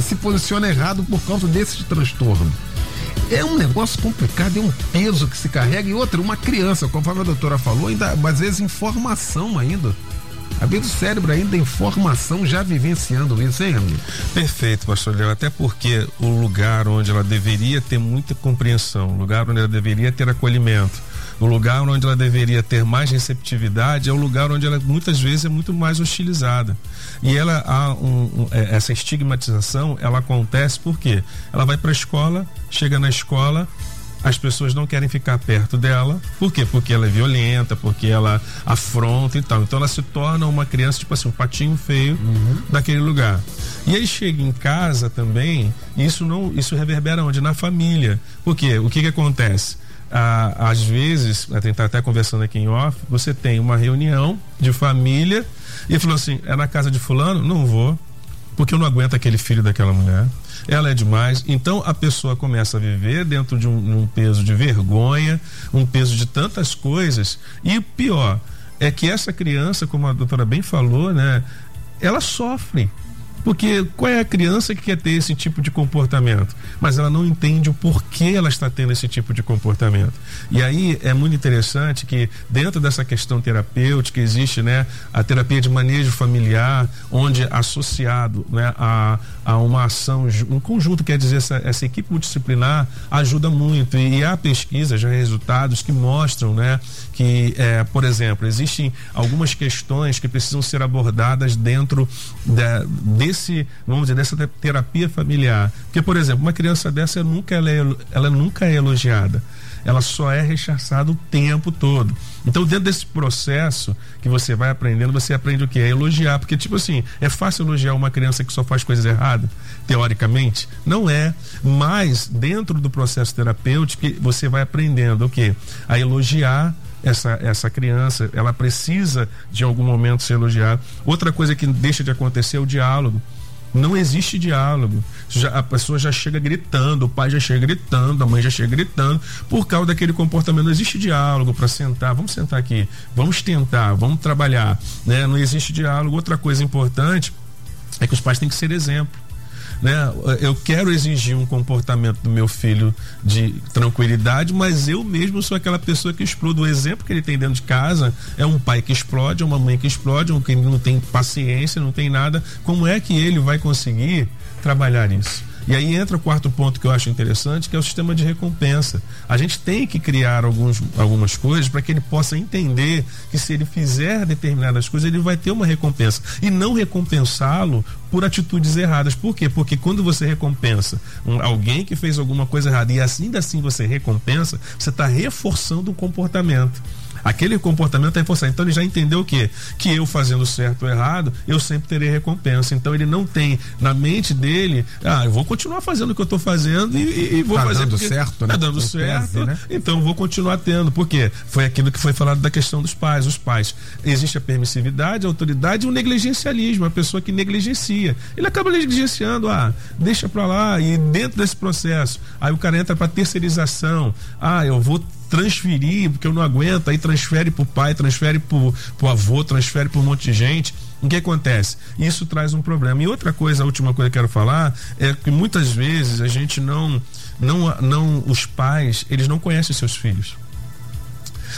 errado por causa desse transtorno. É um negócio complicado, é um peso que se carrega. E outra, uma criança, conforme a doutora falou, ainda, às vezes em formação ainda. Às vezes o cérebro ainda em formação, já vivenciando isso, hein, amigo? Perfeito, pastor Léo, até porque o lugar onde ela deveria ter muita compreensão, o lugar onde ela deveria ter acolhimento, o lugar onde ela deveria ter mais receptividade é o lugar onde ela muitas vezes é muito mais hostilizada. E ela essa estigmatização, ela acontece porque ela vai para a escola, chega na escola, as pessoas não querem ficar perto dela. Por quê? Porque ela é violenta, porque ela afronta e tal. Então ela se torna uma criança, tipo assim, um patinho feio daquele lugar. E aí chega em casa também, isso reverbera onde? Na família. Por quê? O que acontece? Às vezes, a gente tá até conversando aqui em off, você tem uma reunião de família e falou assim, é na casa de fulano? Não vou, porque eu não aguento aquele filho daquela mulher, ela é demais. Então a pessoa começa a viver dentro de um peso de vergonha, um peso de tantas coisas, e o pior é que essa criança, como a doutora bem falou, né, ela sofre. Porque qual é a criança que quer ter esse tipo de comportamento? Mas ela não entende o porquê ela está tendo esse tipo de comportamento. E aí é muito interessante que dentro dessa questão terapêutica existe, né, a terapia de manejo familiar, onde associado, né, a uma ação, um conjunto, quer dizer, essa equipe multidisciplinar ajuda muito. E há pesquisas, já resultados que mostram, né, que, por exemplo, existem algumas questões que precisam ser abordadas dentro dessa terapia familiar. Porque, por exemplo, uma criança dessa ela nunca é elogiada. Ela só é rechaçada o tempo todo. Então, dentro desse processo que você vai aprendendo, você aprende o que? É elogiar. Porque, tipo assim, é fácil elogiar uma criança que só faz coisas erradas? Teoricamente, não é. Mas, dentro do processo terapêutico, você vai aprendendo o que? A elogiar essa criança. Ela precisa de algum momento ser elogiada. Outra coisa que deixa de acontecer é o diálogo. Não existe diálogo. A pessoa já chega gritando, o pai já chega gritando, a mãe já chega gritando por causa daquele comportamento. Não existe diálogo para sentar, vamos sentar aqui, vamos tentar, vamos trabalhar, né? Não existe diálogo. Outra coisa importante é que os pais têm que ser exemplo, né? Eu quero exigir um comportamento do meu filho de tranquilidade, mas eu mesmo sou aquela pessoa que explode. O exemplo que ele tem dentro de casa é um pai que explode, é uma mãe que explode, que não tem paciência, não tem nada. Como é que ele vai conseguir trabalhar isso? E aí entra o quarto ponto que eu acho interessante, que é o sistema de recompensa. A gente tem que criar algumas coisas para que ele possa entender que se ele fizer determinadas coisas, ele vai ter uma recompensa. E não recompensá-lo por atitudes erradas. Por quê? Porque quando você recompensa alguém que fez alguma coisa errada e ainda assim você recompensa, você está reforçando o comportamento. Aquele comportamento é reforçado. Então ele já entendeu o quê? Que eu fazendo certo ou errado, eu sempre terei recompensa. Então ele não tem na mente dele, eu vou continuar fazendo o que eu estou fazendo e vou fazer dando certo, né? Tá dando certo, pese, né? Então eu vou continuar tendo. Por quê? Foi aquilo que foi falado da questão dos pais. Os pais, existe a permissividade, a autoridade e o negligencialismo, a pessoa que negligencia. Ele acaba negligenciando, deixa pra lá, e dentro desse processo, aí o cara entra pra terceirização, eu vou transferir, porque eu não aguento, aí transfere pro pai, transfere pro avô, transfere pro um monte de gente. O que acontece? Isso traz um problema. E outra coisa, a última coisa que eu quero falar, é que muitas vezes a gente os pais, eles não conhecem seus filhos.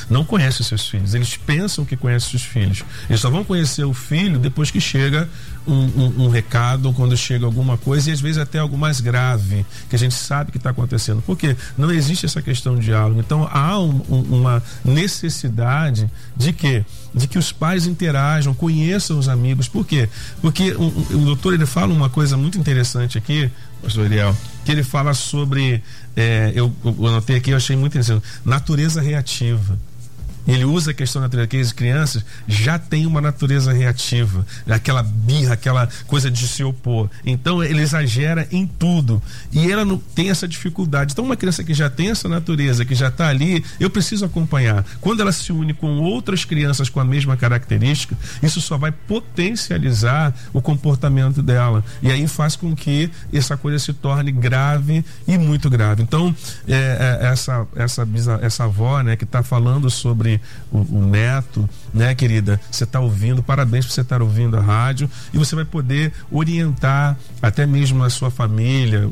não conhecem os seus filhos. Eles pensam que conhecem os filhos. Eles só vão conhecer o filho depois que chega um recado, quando chega alguma coisa, e às vezes até algo mais grave, que a gente sabe que está acontecendo. Por quê? Não existe essa questão de diálogo. Então há uma necessidade de quê? De que os pais interajam, conheçam os amigos. Por quê? Porque o doutor, ele fala uma coisa muito interessante aqui, pastor Ariel, que ele fala sobre, eu anotei aqui, eu achei muito interessante, natureza reativa. Ele usa a questão da natureza, que as crianças já têm uma natureza reativa, aquela birra, aquela coisa de se opor. Então ele exagera em tudo e ela não tem essa dificuldade. Então uma criança que já tem essa natureza, que já está ali, eu preciso acompanhar. Quando ela se une com outras crianças com a mesma característica, isso só vai potencializar o comportamento dela, e aí faz com que essa coisa se torne grave e muito grave. Então essa avó, né, que está falando sobre o neto, né, querida, você está ouvindo, parabéns por você estar ouvindo a rádio, e você vai poder orientar até mesmo a sua família,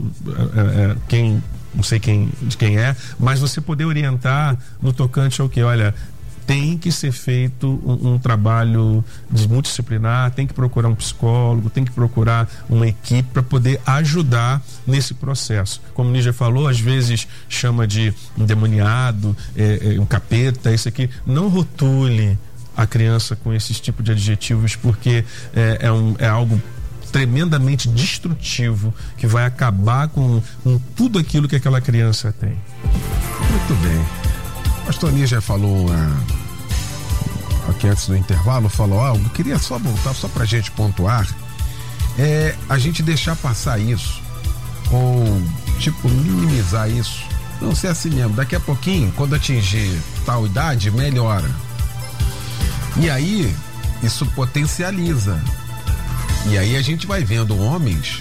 não sei de quem é, mas você poder orientar no tocante ao que, olha, tem que ser feito um trabalho multidisciplinar, tem que procurar um psicólogo, tem que procurar uma equipe para poder ajudar nesse processo. Como o Níger falou, às vezes chama de endemoniado, um capeta, isso aqui. Não rotule a criança com esses tipos de adjetivos, porque é algo tremendamente destrutivo que vai acabar com tudo aquilo que aquela criança tem. Muito bem. O pastor Níger falou aqui antes do intervalo, falou algo, queria só voltar, só pra gente pontuar, a gente deixar passar isso, ou tipo, minimizar isso. Não ser assim mesmo, daqui a pouquinho, quando atingir tal idade, melhora. E aí, isso potencializa. E aí a gente vai vendo homens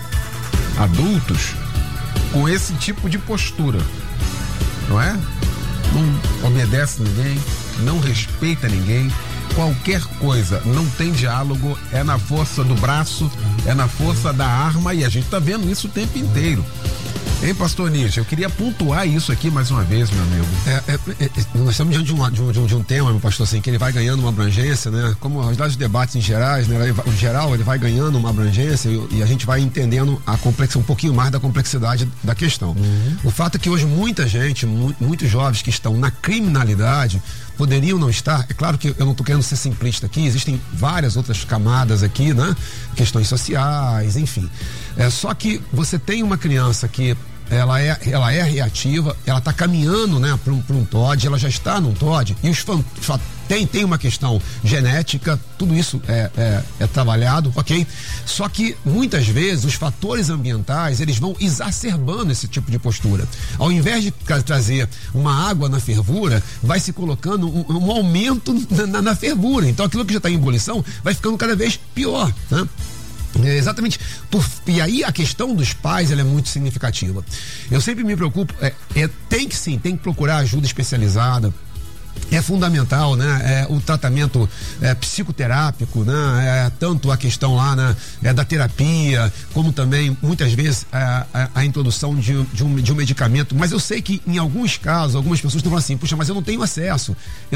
adultos com esse tipo de postura, não é? Não obedece ninguém, não respeita ninguém, qualquer coisa, não tem diálogo, é na força do braço, é na força da arma, e a gente tá vendo isso o tempo inteiro. Hein, pastor Níger? Eu queria pontuar isso aqui mais uma vez, meu amigo. Nós estamos diante de um tema, meu pastor, assim, que ele vai ganhando uma abrangência, né? Como os vários debates em gerais, né? Em geral, ele vai ganhando uma abrangência e a gente vai entendendo um pouquinho mais da complexidade da questão. O fato é que hoje muita gente, muitos jovens que estão na criminalidade poderiam não estar. É claro que eu não estou querendo ser simplista aqui, existem várias outras camadas aqui, né? Questões sociais, enfim. Só que você tem uma criança que ela é reativa, ela está caminhando, né, para um TOD, ela já está num TOD, e tem uma questão genética, tudo isso é trabalhado, ok? Só que muitas vezes os fatores ambientais, eles vão exacerbando esse tipo de postura. Ao invés de trazer uma água na fervura, vai se colocando um aumento na fervura. Então aquilo que já está em ebulição vai ficando cada vez pior, né? Exatamente. E aí a questão dos pais, ela é muito significativa. Eu sempre me preocupo, tem que procurar ajuda especializada. É fundamental, né? O tratamento psicoterápico, né? Tanto a questão lá, né? Da terapia, como também muitas vezes a introdução de um medicamento. Mas eu sei que em alguns casos, algumas pessoas estão falando assim: puxa, mas eu não tenho acesso,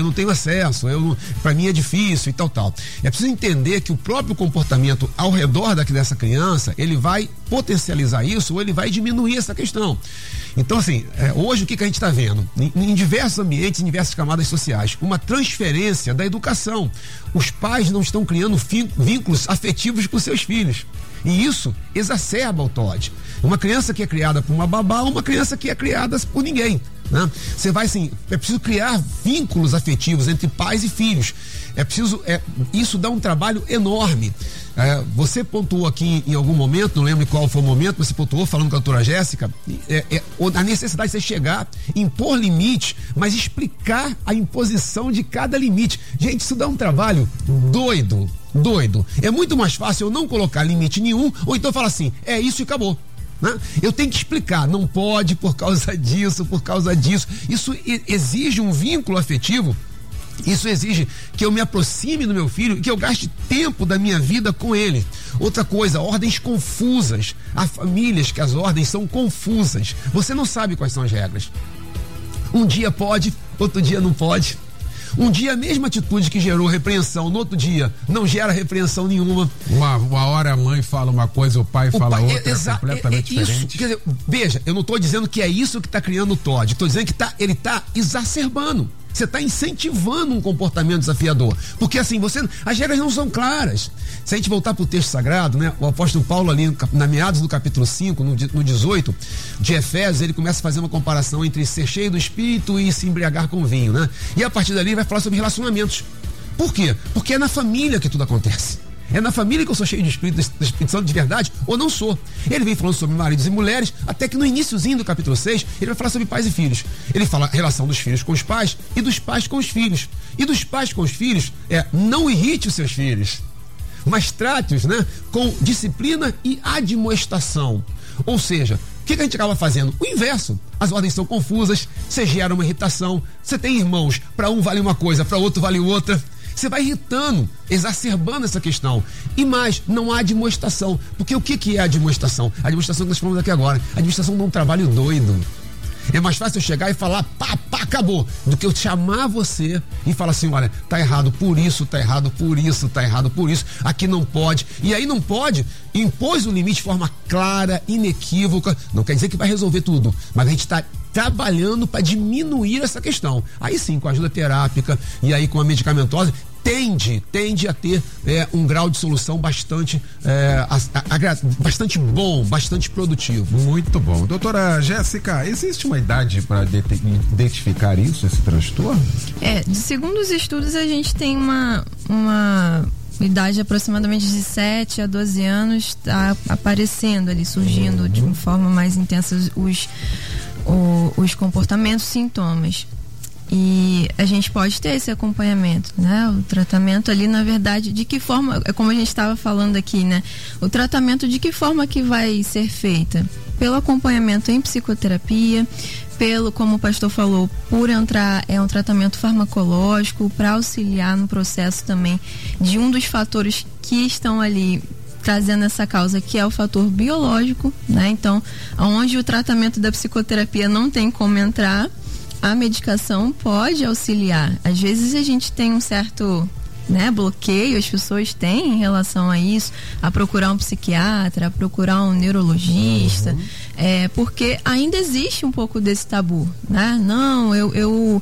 para mim é difícil e tal. É preciso entender que o próprio comportamento ao redor dessa criança, ele vai potencializar isso ou ele vai diminuir essa questão. Então, assim, hoje o que a gente está vendo? Em diversos ambientes, em diversas camadas sociais, uma transferência da educação. Os pais não estão criando vínculos afetivos com seus filhos. E isso exacerba o TOD. Uma criança que é criada por uma babá, uma criança que é criada por ninguém, né? Você vai, assim, é preciso criar vínculos afetivos entre pais e filhos. Isso dá um trabalho enorme. Você pontuou aqui em algum momento, não lembro qual foi o momento, mas você pontuou falando com a doutora Jéssica, a necessidade de você chegar, impor limite, mas explicar a imposição de cada limite. Gente, isso dá um trabalho doido. É muito mais fácil eu não colocar limite nenhum, ou então falar assim, isso e acabou, né? Eu tenho que explicar, não pode por causa disso. Isso exige um vínculo afetivo. Isso exige que eu me aproxime do meu filho e que eu gaste tempo da minha vida com ele. Outra coisa, ordens confusas. Há famílias que as ordens são confusas. Você não sabe quais são as regras. Um dia pode, outro dia não pode. Um dia a mesma atitude que gerou repreensão, no outro dia não gera repreensão nenhuma. Uma hora a mãe fala uma coisa, o pai fala outra, é completamente diferente. Quer dizer, veja, eu não estou dizendo que é isso que está criando o TOD, estou dizendo que ele está exacerbando. Você está incentivando um comportamento desafiador. Porque assim, as regras não são claras. Se a gente voltar para o texto sagrado, né? O apóstolo Paulo ali, na meados do capítulo 5, no 18, de Efésios, ele começa a fazer uma comparação entre ser cheio do Espírito e se embriagar com vinho, né? E a partir dali vai falar sobre relacionamentos. Por quê? Porque é na família que tudo acontece. É na família que eu sou cheio de Espírito Santo de verdade, ou não sou. Ele vem falando sobre maridos e mulheres, até que no iniciozinho do capítulo 6, ele vai falar sobre pais e filhos. Ele fala a relação dos filhos com os pais e dos pais com os filhos. E dos pais com os filhos, não irrite os seus filhos, mas trate-os, né, com disciplina e admoestação. Ou seja, o que a gente acaba fazendo? O inverso. As ordens são confusas, você gera uma irritação, você tem irmãos, para um vale uma coisa, para outro vale outra. Você vai irritando, exacerbando essa questão. E mais, não há admoestação. Porque o que é a admoestação? A admoestação que nós falamos aqui agora. A admoestação de um trabalho doido. É mais fácil eu chegar e falar, pá, acabou, do que eu chamar você e falar assim, olha, tá errado por isso, tá errado por isso, tá errado por isso, aqui não pode. E aí não pode, impôs o limite de forma clara, inequívoca. Não quer dizer que vai resolver tudo, mas a gente está trabalhando para diminuir essa questão. Aí sim, com a ajuda terápica e aí com a medicamentosa, tende a ter um grau de solução bastante bom, bastante produtivo. Muito bom. Doutora Jéssica, existe uma idade para identificar isso, esse transtorno? Segundo os estudos, a gente tem uma idade aproximadamente de 7 a 12 anos, está aparecendo ali, surgindo de uma forma mais intensa os comportamentos, sintomas. E a gente pode ter esse acompanhamento, né? O tratamento ali, na verdade, de que forma, como a gente estava falando aqui, né? O tratamento de que forma que vai ser feita? Pelo acompanhamento em psicoterapia, como o pastor falou, por entrar um tratamento farmacológico para auxiliar no processo também de um dos fatores que estão ali trazendo essa causa, que é o fator biológico, né? Então, onde o tratamento da psicoterapia não tem como entrar, a medicação pode auxiliar. Às vezes a gente tem um certo, né, bloqueio, as pessoas têm em relação a isso, a procurar um psiquiatra, a procurar um neurologista, porque ainda existe um pouco desse tabu, né? Não, eu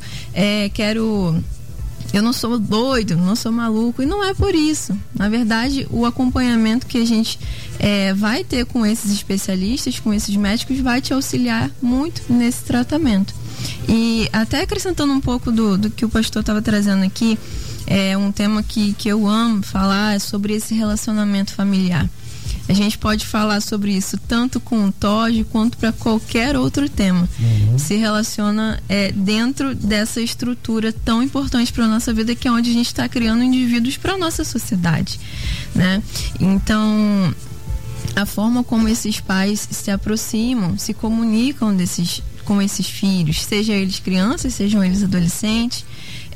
não sou doido, não sou maluco, e não é por isso. Na verdade, o acompanhamento que a gente vai ter com esses especialistas, com esses médicos, vai te auxiliar muito nesse tratamento. E até acrescentando um pouco do que o pastor estava trazendo aqui, um tema que eu amo falar sobre esse relacionamento familiar. A gente pode falar sobre isso tanto com o TOD quanto para qualquer outro tema. Se relaciona dentro dessa estrutura tão importante para a nossa vida, que é onde a gente está criando indivíduos para a nossa sociedade, né? Então, a forma como esses pais se aproximam, se comunicam com esses filhos, sejam eles crianças, sejam eles adolescentes.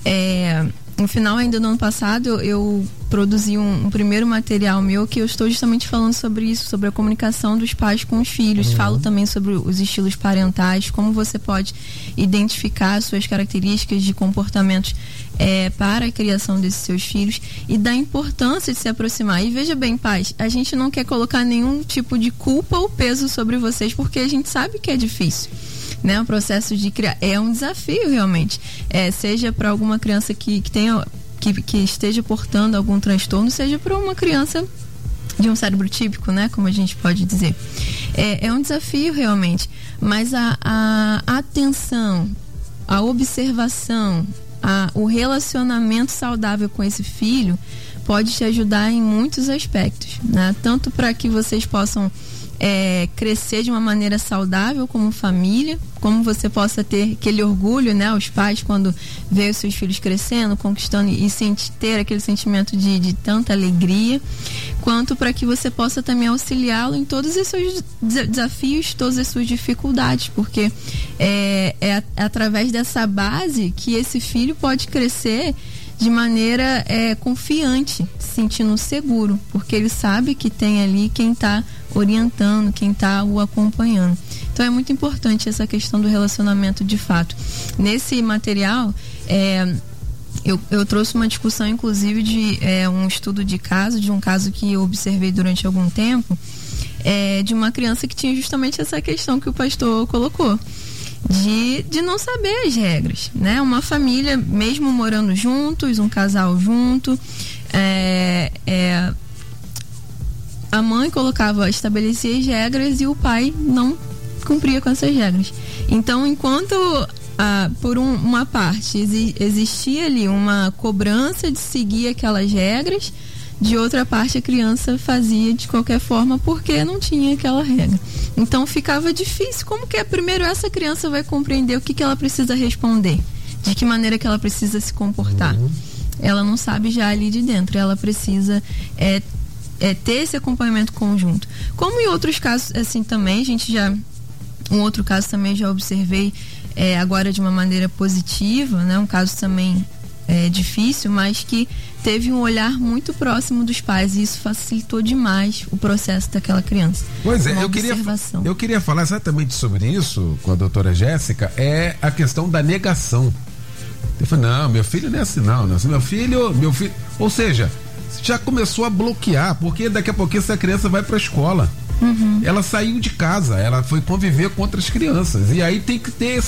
No final ainda do ano passado eu produzi um primeiro material meu que eu estou justamente falando sobre isso, sobre a comunicação dos pais com os filhos. Falo também sobre os estilos parentais, como você pode identificar suas características de comportamentos para a criação desses seus filhos e da importância de se aproximar. E veja bem, pais, a gente não quer colocar nenhum tipo de culpa ou peso sobre vocês, porque a gente sabe que é difícil, né? O processo de criar é um desafio realmente, seja para alguma criança que esteja portando algum transtorno, seja para uma criança de um cérebro típico, né? Como a gente pode dizer, é um desafio realmente, mas a atenção, a observação, o relacionamento saudável com esse filho pode te ajudar em muitos aspectos, né? Tanto para que vocês possam crescer de uma maneira saudável como família, como você possa ter aquele orgulho, né, os pais, quando vê os seus filhos crescendo, conquistando e ter aquele sentimento de tanta alegria, quanto para que você possa também auxiliá-lo em todos os seus desafios, todas as suas dificuldades, porque é através dessa base que esse filho pode crescer de maneira confiante, se sentindo seguro, porque ele sabe que tem ali quem está orientando, quem está o acompanhando. Então é muito importante essa questão do relacionamento de fato. Nesse material, Eu trouxe uma discussão, inclusive, de um estudo de caso, de um caso que eu observei durante algum tempo, de uma criança que tinha justamente essa questão que o pastor colocou, de não saber as regras, né? Uma família, mesmo morando juntos, um casal junto, a mãe estabelecia as regras e o pai não cumpria com essas regras. Então, enquanto por uma parte existia ali uma cobrança de seguir aquelas regras, de outra parte a criança fazia de qualquer forma porque não tinha aquela regra. Então ficava difícil. Como que primeiro essa criança vai compreender o que ela precisa responder, de que maneira que ela precisa se comportar? Ela não sabe já ali de dentro. Ela precisa ter esse acompanhamento conjunto. Como em outros casos assim também, um outro caso também já observei agora de uma maneira positiva, né? Um caso também difícil, mas que teve um olhar muito próximo dos pais, e isso facilitou demais o processo daquela criança. Pois é, eu queria falar exatamente sobre isso com a doutora Jéssica, a questão da negação. Eu falei, não, meu filho não é assim não, meu filho, ou seja, já começou a bloquear, porque daqui a pouquinho essa criança vai para a escola. Ela saiu de casa, ela foi conviver com outras crianças, e aí tem que ter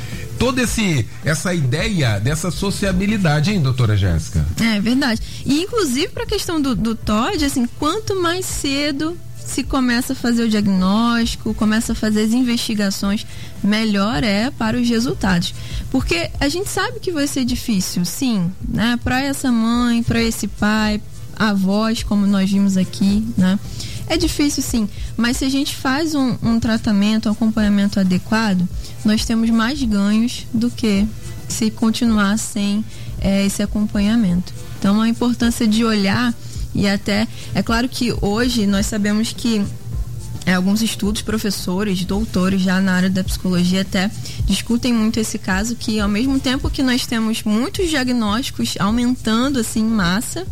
essa ideia dessa sociabilidade, hein, doutora Jéssica? É verdade. E inclusive para a questão do TOD, assim, quanto mais cedo se começa a fazer o diagnóstico, começa a fazer as investigações, melhor é para os resultados. Porque a gente sabe que vai ser difícil, sim, né? Para essa mãe, para esse pai, avós, como nós vimos aqui, né? É difícil, sim, mas se a gente faz um tratamento, um acompanhamento adequado, nós temos mais ganhos do que se continuar sem esse acompanhamento. Então, a importância de olhar, e até, é claro que hoje nós sabemos que alguns estudos, professores, doutores já na área da psicologia até discutem muito esse caso, que ao mesmo tempo que nós temos muitos diagnósticos aumentando assim em massa,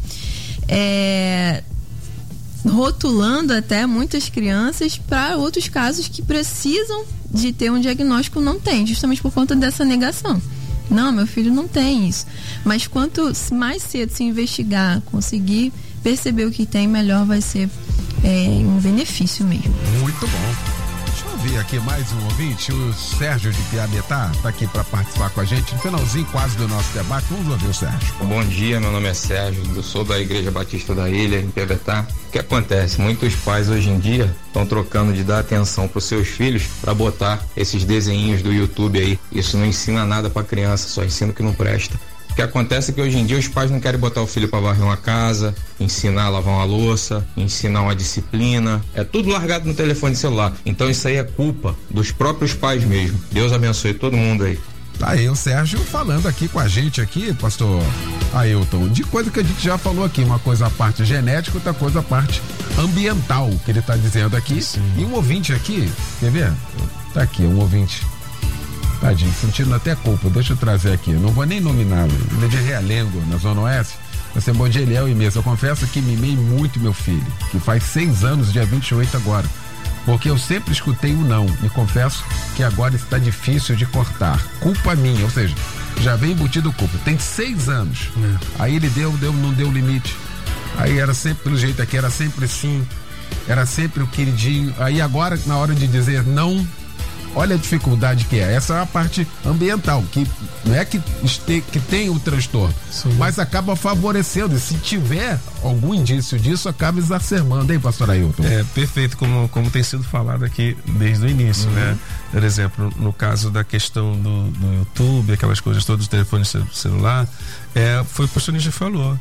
rotulando até muitas crianças para outros casos que precisam de ter um diagnóstico, não tem, justamente por conta dessa negação. Não, meu filho não tem isso. Mas quanto mais cedo se investigar, conseguir perceber o que tem, melhor vai ser um benefício mesmo. Muito bom. Deixa eu ouvir aqui mais um ouvinte, o Sérgio de Piabetá, está aqui para participar com a gente no finalzinho quase do nosso debate. Vamos ouvir o Sérgio. Bom dia, meu nome é Sérgio, eu sou da Igreja Batista da Ilha, em Piabetá. O que acontece? Muitos pais hoje em dia estão trocando de dar atenção para os seus filhos para botar esses desenhinhos do YouTube aí. Isso não ensina nada para criança, só ensina o que não presta. O que acontece é que hoje em dia os pais não querem botar o filho para varrer uma casa, ensinar a lavar uma louça, ensinar uma disciplina. É tudo largado no telefone celular. Então isso aí é culpa dos próprios pais mesmo. Deus abençoe todo mundo aí. Tá aí o Sérgio falando aqui com a gente aqui, pastor Ailton, de coisa que a gente já falou aqui, uma coisa a parte genética, outra coisa a parte ambiental, que ele tá dizendo aqui. Sim. E um ouvinte aqui, quer ver? Tá aqui, um ouvinte. Tadinho, sentindo até culpa, deixa eu trazer aqui, não vou nem nominá-lo, ele é de Realengo, na Zona Oeste. Você, bom dia, Eliel e Mesa. Eu confesso que mimei muito meu filho, que faz 6 anos, dia 28 agora, porque eu sempre escutei um não, e confesso que agora está difícil de cortar. Culpa minha, ou seja, já vem embutido culpa. Tem 6 anos. Aí ele não deu limite. Aí era sempre, pelo jeito aqui, era sempre sim, era sempre o queridinho. Aí agora, na hora de dizer não, olha a dificuldade que é. Essa é a parte ambiental, que não é que tem o transtorno, sim, mas acaba favorecendo. E se tiver algum indício disso, acaba exacerbando, hein, pastor Ailton? Perfeito, como tem sido falado aqui desde o início, né? Por exemplo, no caso da questão do YouTube, aquelas coisas todas do telefone celular, foi o que o pastor Níger falou.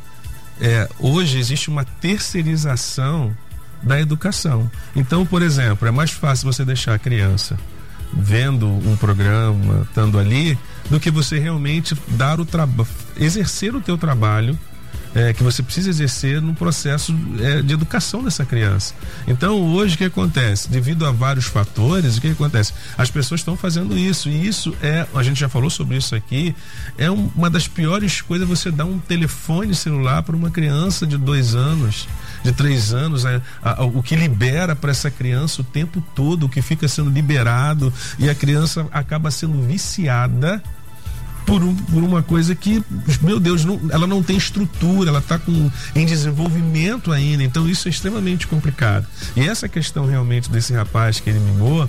Hoje existe uma terceirização da educação. Então, por exemplo, é mais fácil você deixar a criança vendo um programa, estando ali, do que você realmente dar exercer o teu trabalho que você precisa exercer no processo de educação dessa criança. Então hoje o que acontece? Devido a vários fatores, o que acontece? As pessoas estão fazendo isso, e isso a gente já falou sobre isso aqui, uma das piores coisas, você dar um telefone celular para uma criança de 2 anos, de 3 anos, o que libera para essa criança o tempo todo, o que fica sendo liberado, e a criança acaba sendo viciada por uma coisa que, meu Deus, ela não tem estrutura, ela está em desenvolvimento ainda, então isso é extremamente complicado. E essa questão realmente desse rapaz que ele mimou,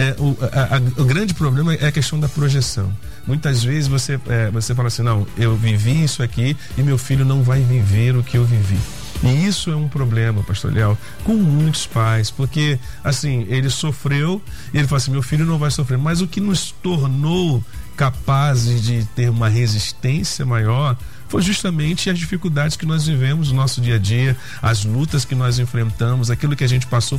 o grande problema é a questão da projeção. Muitas vezes você fala assim, não, eu vivi isso aqui e meu filho não vai viver o que eu vivi. E isso é um problema, pastor Léo, com muitos pais, porque assim, ele sofreu e ele fala assim, meu filho não vai sofrer, mas o que nos tornou capazes de ter uma resistência maior foi justamente as dificuldades que nós vivemos no nosso dia a dia, as lutas que nós enfrentamos, aquilo que a gente passou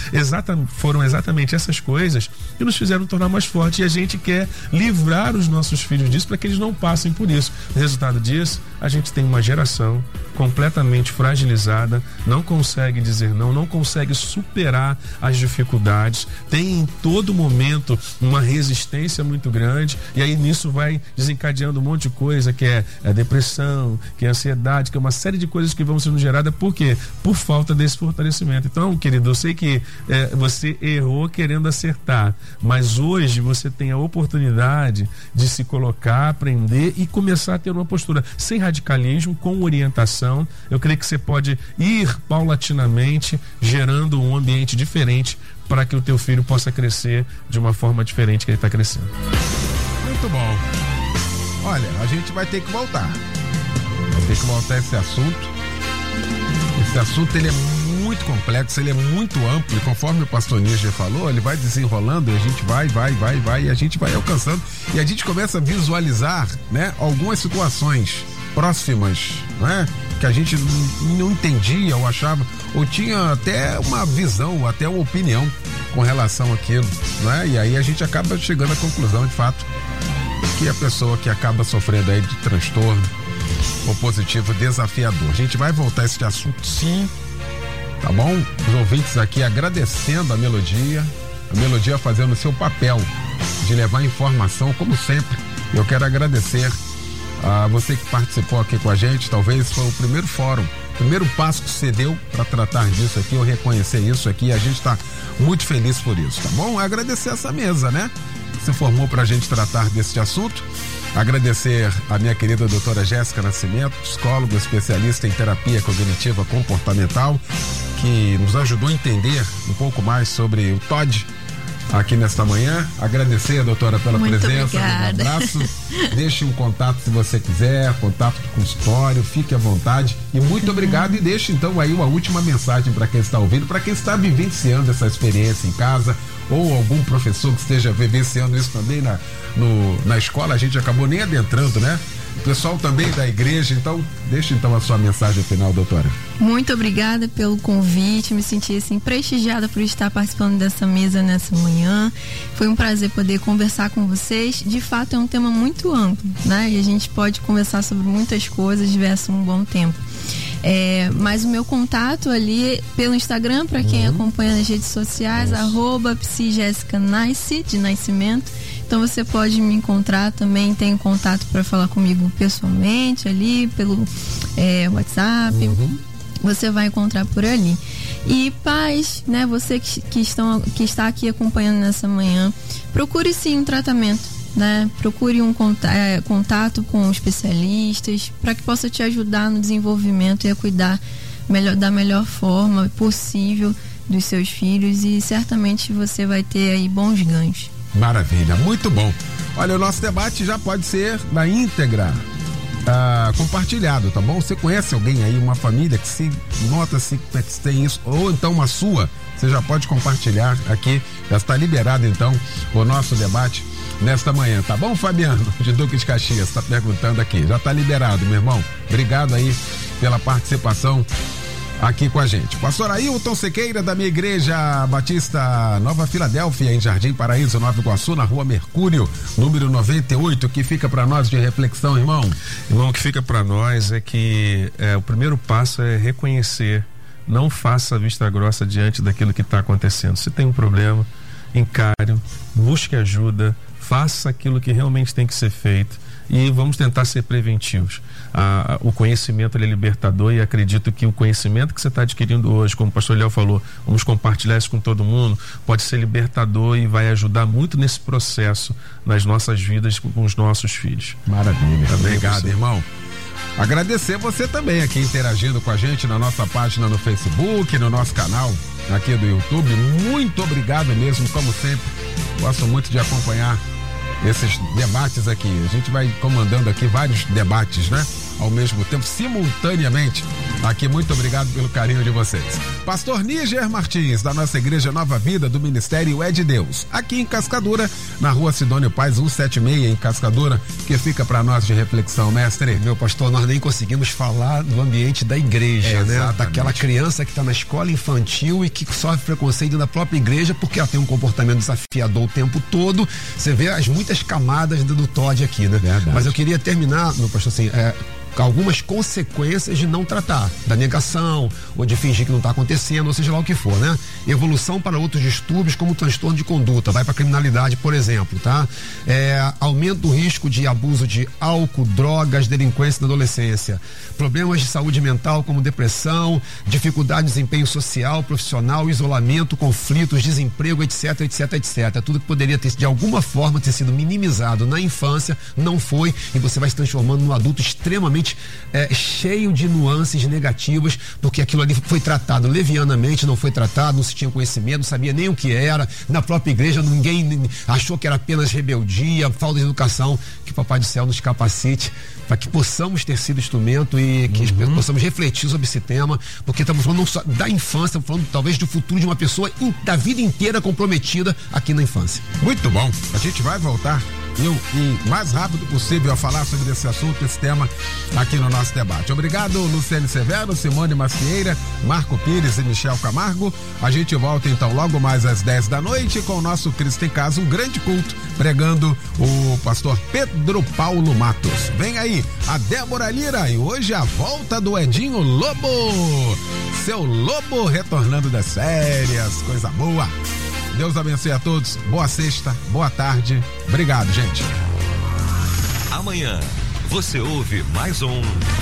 foram exatamente essas coisas que nos fizeram tornar mais fortes, e a gente quer livrar os nossos filhos disso para que eles não passem por isso. O resultado disso, a gente tem uma geração completamente fragilizada, não consegue dizer não consegue superar as dificuldades, tem em todo momento uma resistência muito grande, e aí nisso vai desencadeando um monte de coisa, que é a depressão, que é a ansiedade, que é uma série de coisas que vão sendo geradas. Por quê? Por falta desse fortalecimento. Então, querido, eu sei que você errou querendo acertar, mas hoje você tem a oportunidade de se colocar, aprender e começar a ter uma postura sem radicalismo, com orientação. Eu creio que você pode ir paulatinamente gerando um ambiente diferente para que o teu filho possa crescer de uma forma diferente que ele está crescendo. Muito bom. Olha, a gente vai ter que voltar. Vai ter que voltar a esse assunto. Esse assunto, ele é muito complexo, ele é muito amplo, e conforme o pastor Níger falou, ele vai desenrolando e a gente vai, e a gente vai alcançando, e a gente começa a visualizar, né, algumas situações próximas, né, que a gente não entendia ou achava, ou tinha até uma visão, ou até uma opinião com relação àquilo, né, e aí a gente acaba chegando à conclusão, de fato, que a pessoa que acaba sofrendo aí de transtorno opositivo desafiador. A gente vai voltar a esse assunto, sim, tá bom? Os ouvintes aqui agradecendo a Melodia fazendo o seu papel de levar informação, como sempre. Eu quero agradecer a você que participou aqui com a gente. Talvez foi o primeiro fórum, primeiro passo que você deu para tratar disso aqui, eu reconhecer isso aqui, a gente está muito feliz por isso, tá bom? Agradecer essa mesa, né? Se formou para a gente tratar desse assunto. Agradecer a minha querida doutora Jéssica Nascimento, psicóloga, especialista em terapia cognitiva comportamental, que nos ajudou a entender um pouco mais sobre o TOD aqui nesta manhã. Agradecer, doutora, pela muito presença. Obrigada. Um abraço. Deixe um contato se você quiser, contato do consultório, fique à vontade. E muito obrigado. E deixe então aí uma última mensagem para quem está ouvindo, para quem está vivenciando essa experiência em casa, ou algum professor que esteja vivenciando isso também na escola. A gente acabou nem adentrando, né? O pessoal também da igreja. Então, deixa então a sua mensagem final, doutora. Muito obrigada pelo convite, me senti assim prestigiada por estar participando dessa mesa nessa manhã. Foi um prazer poder conversar com vocês. De fato é um tema muito amplo, né? E a gente pode conversar sobre muitas coisas, diverso um bom tempo. Mas o meu contato ali pelo Instagram, para quem acompanha nas redes sociais, @psijessicanice, de nascimento. Então você pode me encontrar também, tem contato para falar comigo pessoalmente ali pelo WhatsApp. Você vai encontrar por ali. E pais, né, você que está aqui acompanhando nessa manhã, procure sim um tratamento, né? Procure um contato com especialistas para que possa te ajudar no desenvolvimento e a cuidar da melhor forma possível dos seus filhos, e certamente você vai ter aí bons ganhos. Maravilha, muito bom. Olha, o nosso debate já pode ser na íntegra compartilhado, tá bom? Você conhece alguém aí, uma família que se nota se tem isso, ou então uma sua, você já pode compartilhar aqui, já está liberado então o nosso debate nesta manhã, tá bom, Fabiano, de Duque de Caxias, está perguntando aqui, já está liberado, meu irmão, obrigado aí pela participação aqui com a gente. Pastor Ailton Sequeira, da minha igreja Batista Nova Filadélfia, em Jardim Paraíso, Nova Iguaçu, na Rua Mercúrio, número 98, que fica para nós de reflexão, irmão? Irmão, o que fica para nós é que o primeiro passo é reconhecer, não faça vista grossa diante daquilo que está acontecendo. Se tem um problema, encare, busque ajuda, faça aquilo que realmente tem que ser feito. e vamos tentar ser preventivos. O conhecimento ele é libertador, e acredito que o conhecimento que você está adquirindo hoje, como o pastor Léo falou, vamos compartilhar isso com todo mundo, pode ser libertador e vai ajudar muito nesse processo nas nossas vidas com os nossos filhos. Maravilha. Tá, obrigado, irmão. Agradecer você também aqui interagindo com a gente na nossa página no Facebook, no nosso canal aqui do YouTube. Muito obrigado mesmo, como sempre. Gosto muito de acompanhar esses debates aqui. A gente vai comandando aqui vários debates, né? Ao mesmo tempo, simultaneamente. Aqui, muito obrigado pelo carinho de vocês. Pastor Níger Martins, da nossa Igreja Nova Vida, do Ministério É de Deus, aqui em Cascadura, na rua Sidônio Paz 176, em Cascadura, que fica para nós de reflexão, mestre. Meu pastor, nós nem conseguimos falar do ambiente da igreja, né? Daquela criança que está na escola infantil e que sofre preconceito na própria igreja porque ela tem um comportamento desafiador o tempo todo. Você vê as muitas camadas do Todd aqui, né? Verdade. Mas eu queria terminar, meu pastor, assim, algumas consequências de não tratar, da negação, ou de fingir que não está acontecendo, ou seja lá o que for, né? Evolução para outros distúrbios, como transtorno de conduta, vai para criminalidade, por exemplo, tá? Aumento do risco de abuso de álcool, drogas, delinquência na adolescência, problemas de saúde mental, como depressão, dificuldade de desempenho social, profissional, isolamento, conflitos, desemprego, etc, etc, etc. Tudo que poderia ter, de alguma forma, ter sido minimizado na infância, não foi, e você vai se transformando num adulto extremamente cheio de nuances negativas, porque aquilo ali foi tratado levianamente, não foi tratado, não se tinha conhecimento, não sabia nem o que era. Na própria igreja ninguém achou que era apenas rebeldia, falta de educação. Que Papai do Céu nos capacite para que possamos ter sido instrumento e que possamos refletir sobre esse tema, porque estamos falando não só da infância, estamos falando talvez do futuro de uma pessoa da vida inteira comprometida aqui na infância. Muito bom, a gente vai voltar e mais rápido possível a falar sobre esse assunto, esse tema aqui no nosso debate. Obrigado, Luciane Severo, Simone Macieira, Marco Pires e Michel Camargo. A gente volta então logo mais às 10 da noite com o nosso Cristo em Casa, um grande culto, pregando o pastor Pedro Paulo Matos. Vem aí a Débora Lira e hoje a volta do Edinho Lobo, seu Lobo retornando das férias, coisa boa. Deus abençoe a todos, boa sexta, boa tarde, obrigado, gente. Amanhã você ouve mais um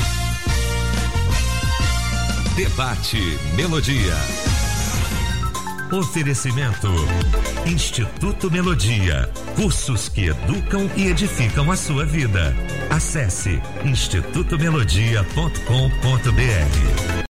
Debate Melodia. Oferecimento Instituto Melodia, cursos que educam e edificam a sua vida. Acesse institutomelodia.com.br.